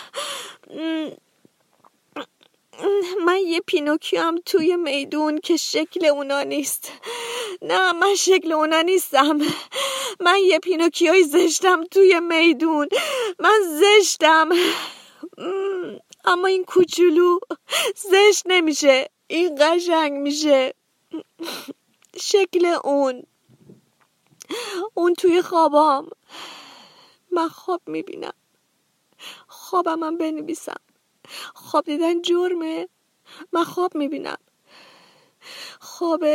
من یه پینوکیو هم توی میدون که شکل اونا نیست. نه من شکل اونا نیستم. من یه پینوکیوی زشتم توی میدون. من زشتم. اما این کوچولو زشت نمیشه، این قشنگ میشه. شکل اون اون توی خوابام. من خواب میبینم. خوابم من بنویسم. خواب دیدن جرمه. من خواب میبینم. خواب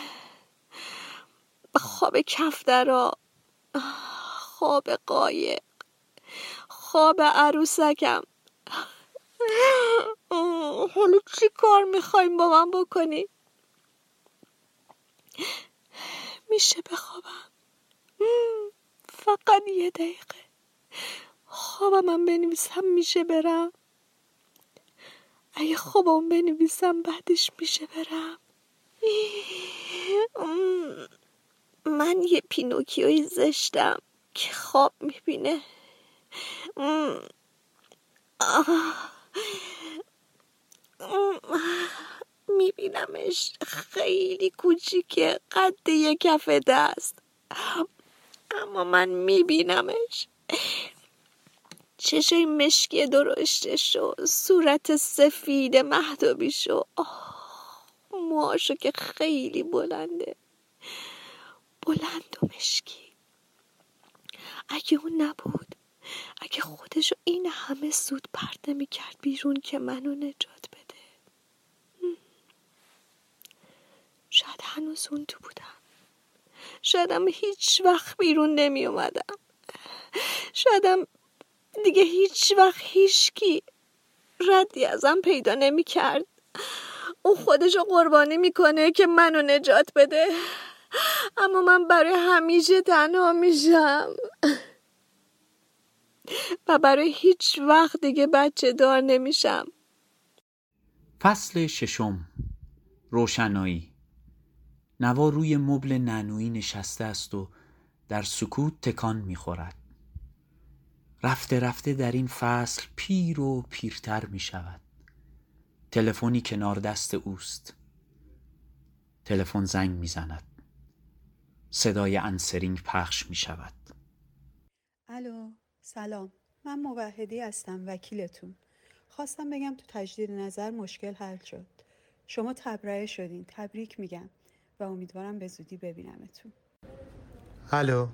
خواب کفترا، خواب قایق، خواب عروسکم. حالا چی کار میخوایم با من بکنی؟ میشه بخوابم فقط یه دقیقه. خوابم من بنویسم میشه برم. اگه خوابم بنویسم بعدش میشه برم. من یه پینوکیوی زشتم که خواب میبینه. میبینمش خیلی کوچیکه، قد یه کف دست، اما من میبینمش. چشای مشکی درشتشو، صورت سفید مهتابیشو، موهاشو که خیلی بلنده، بلند و مشکی. اگه اون نبود، اگه خودشو این همه سود پرت نمی‌کرد بیرون که منو نجات بده، شاید هنوز اون تو بودم. شایدم هیچ وقت بیرون نمی اومدم. شایدم دیگه هیچ وقت هیچکی ردی ازم پیدا نمی کرد. اون خودشو قربانی میکنه که منو نجات بده. اما من برای همیشه تنها میشم و برای هیچ وقت دیگه بچه دار نمیشم. فصل ششم. روشنایی. نوا روی مبل نانویی نشسته است و در سکوت تکان میخورد. رفته رفته در این فصل پیر و پیرتر می شود. تلفنی کنار دست اوست. تلفن زنگ می زند. صدای انسرینگ پخش می شود. الو، سلام. من موحدی هستم، وکیلتون. خواستم بگم تو تجدید نظر مشکل حل شد. شما تبرئه شدین. تبریک میگم و امیدوارم به زودی ببینمتون. الو.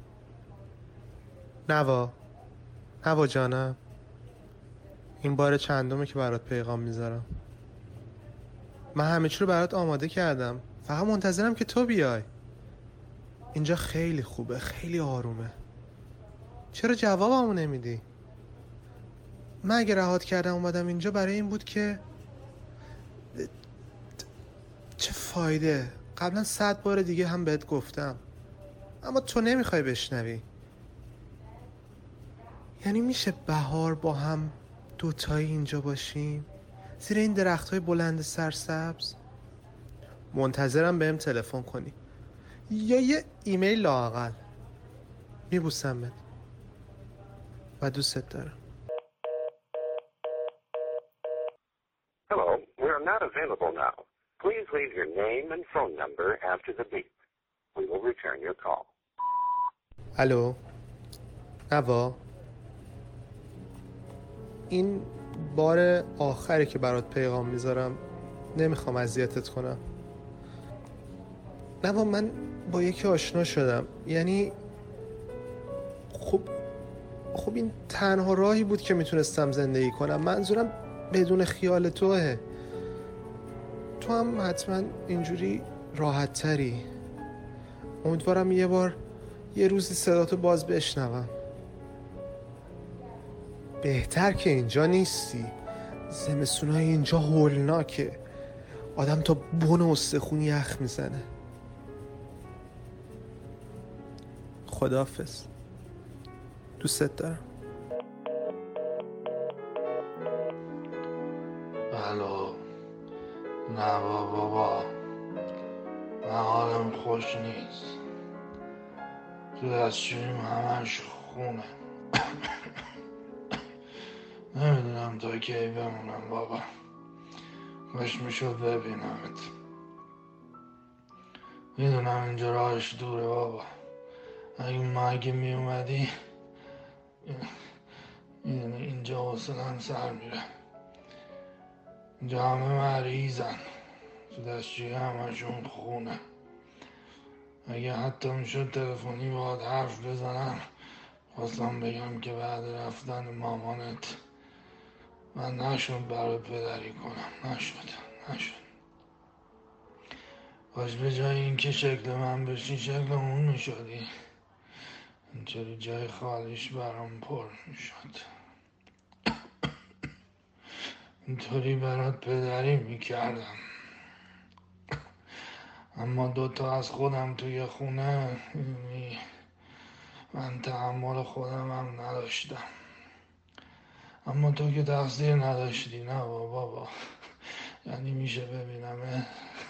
نوا. نوا جانم، این بار چندمه که برات پیغام میذارم. من همه چی رو برات آماده کردم، فقط منتظرم که تو بیای. اینجا خیلی خوبه، خیلی آرومه. چرا جوابمو نمیدی؟ من اگه رهات کردم اومدم اینجا برای این بود که چه فایده؟ قبلا صد بار دیگه هم بهت گفتم اما تو نمیخوای بشنوی. یعنی میشه بهار با هم دوتایی اینجا باشیم زیر این درختای بلند سرسبز؟ منتظرم بهم تلفن کنی یا یه ایمیل لااقل. میبوسمت و دوستت دارم. Hello, we are not available now. Please leave your name and phone number after the beep. We will return your call. الو. نوا. این بار آخری که برات پیغام میذارم، نمیخوام اذیتت کنم. نوا، من با یکی آشنا شدم. یعنی خب خب این تنها راهی بود که میتونستم زندگی کنم. منظورم بدون خیال توه. تو هم حتما اینجوری راحت تری. امیدوارم یه بار یه روزی صداتو باز بشنوم. بهتر که اینجا نیستی. زمستونای اینجا هولناکه. آدم تا بن استخون یخ میزنه. خداحافظ. دوستت دارم. الو. نه بابا، من حالم خوش نیست. تو دستشویم همش خونه. نمیدونم تا کی بمونم بابا. خوش میشد ببینمت. میدونم اینجا راهش دوره بابا. اگه مگه میومدی میدونی اینجا حوصله‌ام سر میره. اینجا همه مریضن. تو دستشویی همشون خونه. اگه حتی میشد تلفنی باهات حرف بزنم، خواستم بگم که بعد رفتن مامانت من نشد برات پدری کنم. نشد نشد باش به جای این که شکل من بشی شکل اون میشدی. اینطوری جای خالیش برام پر میشد. اینطوری برات پدری میکردم. اما دوتا از خودم توی خونه، من تحمل خودم هم نداشتم. اما تو که تقصیر نداشتی. نه بابا، یعنی میشه ببینمه.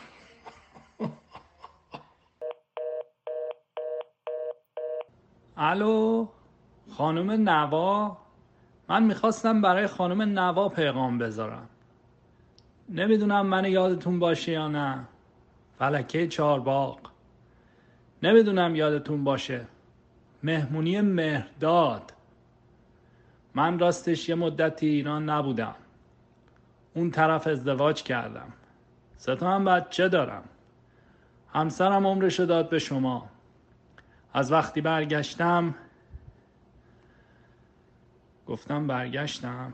الو، خانم نوا. من میخواستم برای خانم نوا پیغام بذارم. نمیدونم من یادتون باشه یا نه. فلکه چهارباغ. نمیدونم یادتون باشه. مهمونی مهرداد. من راستش یه مدتی ایران نبودم. اون طرف ازدواج کردم. سه تا هم بچه دارم. همسرم عمرشو داد به شما. از وقتی برگشتم گفتم برگشتم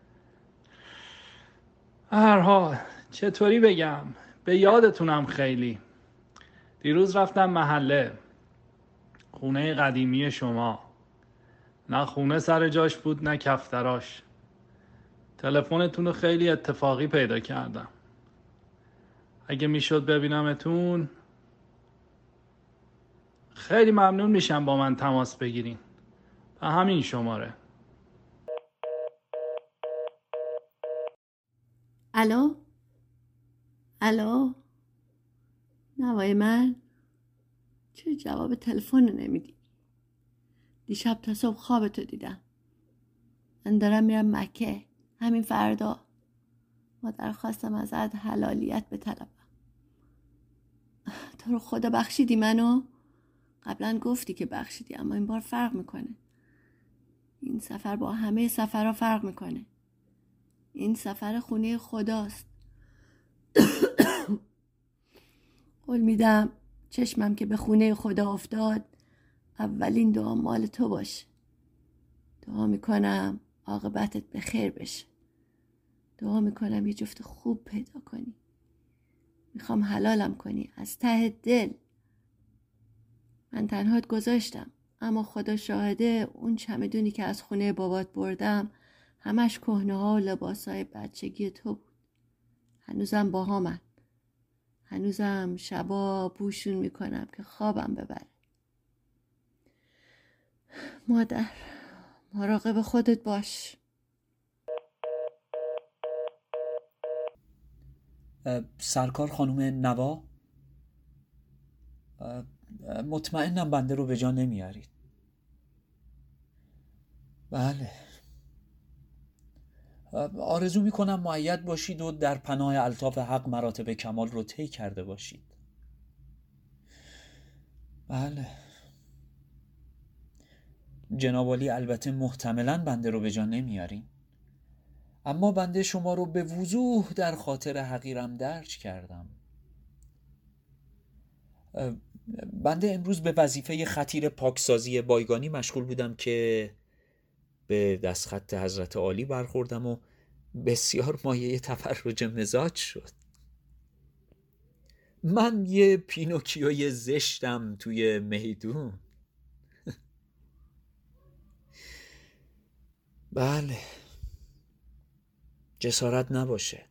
هر حال چطوری بگم، به یادتونم خیلی. دیروز رفتم محله، خونه قدیمی شما. نه خونه سر جاش بود نه کفتراش. تلفنتون رو خیلی اتفاقی پیدا کردم. اگه میشد ببینمتون خیلی ممنون میشم با من تماس بگیرین. و همین شماره. الو؟ الو؟ نوای من؟ چرا جواب تلفن رو نمیدی؟ دیشب تا صبح خوابتو دیدم. من دارم میرم مکه همین فردا. مادر خواستم ازت حلالیت بطلبم. تو رو خدا بخشیدی منو؟ قبلا گفتی که بخشیدی، اما این بار فرق میکنه. این سفر با همه سفرها فرق میکنه. این سفر خونه خداست. قول میدم چشمم که به خونه خدا افتاد اولین دعا مال تو باشه. دعا میکنم عاقبتت به خیر بشه. دعا میکنم یه جفت خوب پیدا کنی. میخوام حلالم کنی از ته دل. من تنهات گذاشتم، اما خدا شاهده اون چمدونی که از خونه بابات بردم همش کهنه ها و لباس های بچگی تو بود. هنوزم با من. هنوزم شبا بوشون میکنم که خوابم ببره. مادر، مراقب خودت باش. سرکار خانم نوا، مطمئنم بنده رو به جا نمیارید. بله، آرزو میکنم مؤید باشید و در پناه الطاف حق مراتب کمال رو طی کرده باشید. بله، جناب عالی البته محتملاً بنده رو به جا نمیارین، اما بنده شما رو به وضوح در خاطر حقیرم درج کردم. بنده امروز به وظیفه خطیر پاکسازی بایگانی مشغول بودم که به دستخط حضرت عالی برخوردم و بسیار مایه تفرج مزاج شد. من یه پینوکیوی زشتم توی میدون. بله، جسارت نباشه.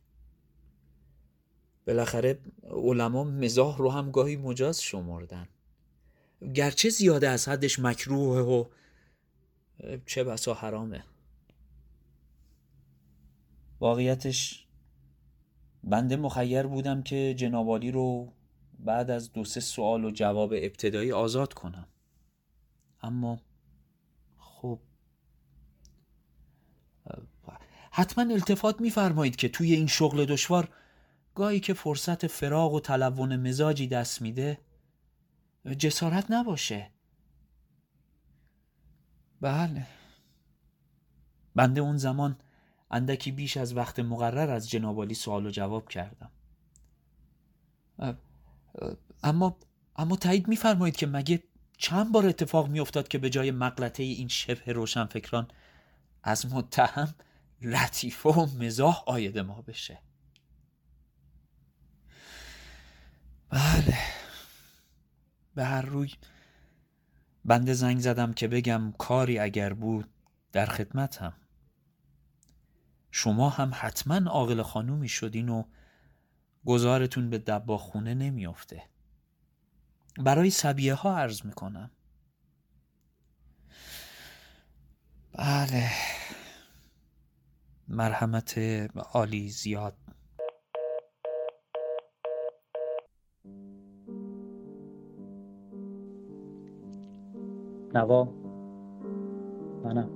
بالاخره علما مزاح رو هم گاهی مجاز شمردن، گرچه زیاده از حدش مکروه و چه بسا حرامه. واقعیتش بنده مخیر بودم که جناب عالی رو بعد از دو سه سوال و جواب ابتدایی آزاد کنم، اما خب حتما التفات می‌فرمایید که توی این شغل دشوار گاهی که فرصت فراغ و تلون مزاجی دست میده جسارت نباشه. بله، بنده اون زمان اندکی بیش از وقت مقرر از جناب عالی سوال و جواب کردم. اما اما تایید می‌فرمایید که مگه چند بار اتفاق می‌افتاد که به جای مغلطه این شبه روشنفکران از متهم لطیفه و مزاح عاید ما بشه؟ بله، به هر روی بنده زنگ زدم که بگم کاری اگر بود در خدمتم. شما هم حتما عاقل خانومی شدین و گذارتون به دباغ خونه نمیافته. برای سبیه ها عرض میکنم. بله، مرحمت عالی زیاد. نوا، منم.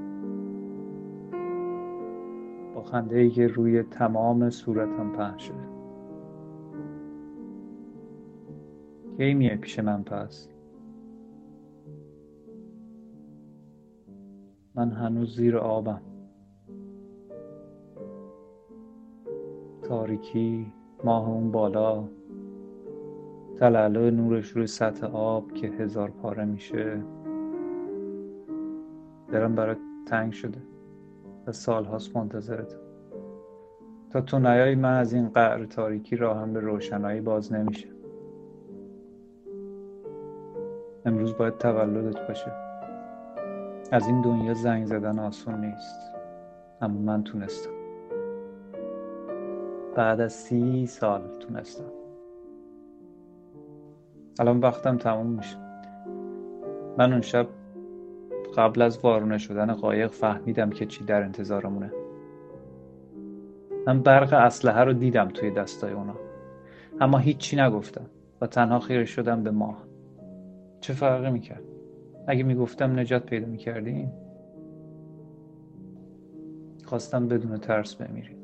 با خنده ای که روی تمام صورتم پهن شده. کی میای پیش من پس؟ من هنوز زیر آبم. تاریکی، ماه اون بالا، تلالو نورش روی سطح آب که هزار پاره میشه. دلم برات تنگ شده و سالهاست منتظرتم. تا تو نیایی من از این قعر تاریکی راهم به روشنایی باز نمیشه. امروز باید تولدت باشه. از این دنیا زنگ زدن آسون نیست، اما من تونستم. بعد از سی سال تونستم. الان وقتم تموم میشه. من اون شب قبل از وارونه شدن قایق فهمیدم که چی در انتظارمونه. من برق اسلحه رو دیدم توی دستای اونا، اما هیچی نگفتم و تنها خیره شدم به ماه. چه فرقی میکرد؟ اگه میگفتم نجات پیدا میکردیم. خواستم بدون ترس بمیریم.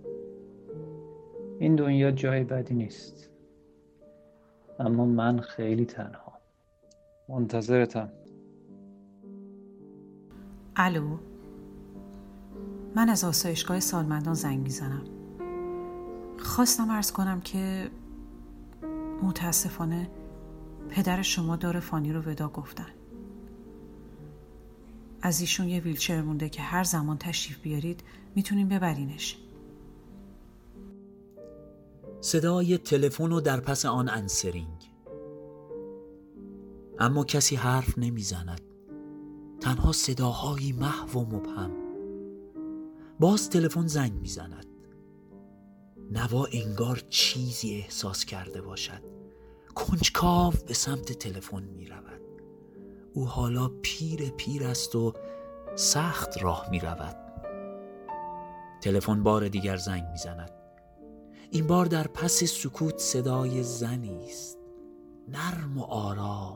این دنیا جای بدی نیست، اما من خیلی تنها. منتظرتم. الو، من از آسایشگاه سالمندان زنگ میزنم. خواستم عرض کنم که متاسفانه پدر شما دار فانی رو ودا گفتن. از ایشون یه ویلچر مونده که هر زمان تشریف بیارید میتونین ببرینش. صدای تلفن و در پس آن انسرینگ، اما کسی حرف نمیزند. تنها صداهایی محو و مبهم. باز تلفن زنگ میزند. نوا انگار چیزی احساس کرده باشد. کنجکاو به سمت تلفن میرود. او حالا پیر پیر است و سخت راه میرود. تلفن بار دیگر زنگ میزند. این بار در پس سکوت صدای زنی است، نرم و آرام.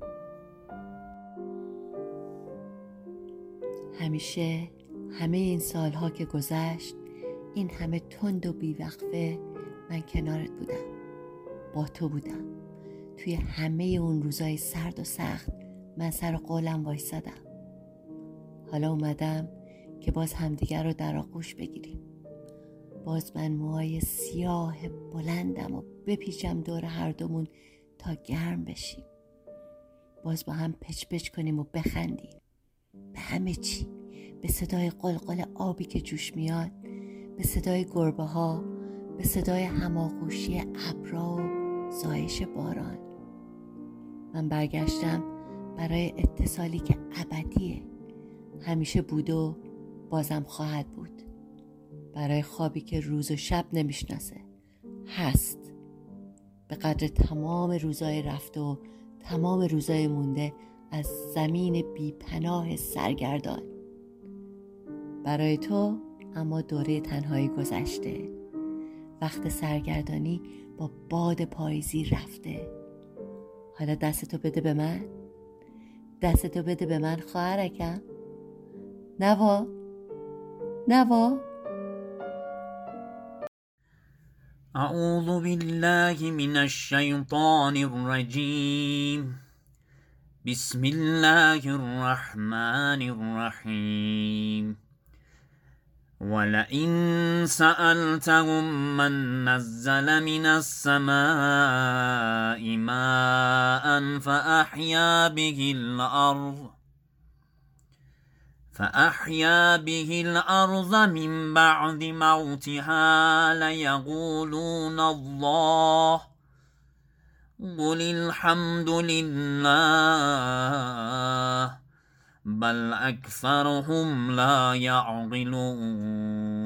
همیشه همه این سالها که گذشت، این همه تند و بیوقفه من کنارت بودم، با تو بودم. توی همه اون روزای سرد و سخت من سر قولم وایسادم. حالا اومدم که باز همدیگر رو در آغوش بگیریم. باز من موهای سیاه بلندم و بپیچم دور هر دومون تا گرم بشیم. باز با هم پچ پچ کنیم و بخندیم به همه چی، به صدای قلقل آبی که جوش میاد، به صدای گربه ها، به صدای هماغوشی ابرا و زایش باران. من برگشتم برای اتصالی که ابدیه، همیشه بود و بازم خواهد بود. برای خوابی که روز و شب نمیشناسه، هست. به قدر تمام روزای رفته و تمام روزای مونده از زمین بیپناه سرگردان. برای تو اما دوره تنهایی گذشته، وقت سرگردانی با باد پاییزی رفته. حالا دستتو بده به من، دستتو بده به من خواهرکم. نوا، نوا. اعوذ بالله من الشیطان الرجیم. بسم الله الرحمن الرحیم. ولئن سألتهم من نزل من السماء ماء فأحيا به الأرض فأحيا به الأرض من بعد موتها ليقولون الله قل الحمد لله بل أكثرهم لا يعقلون.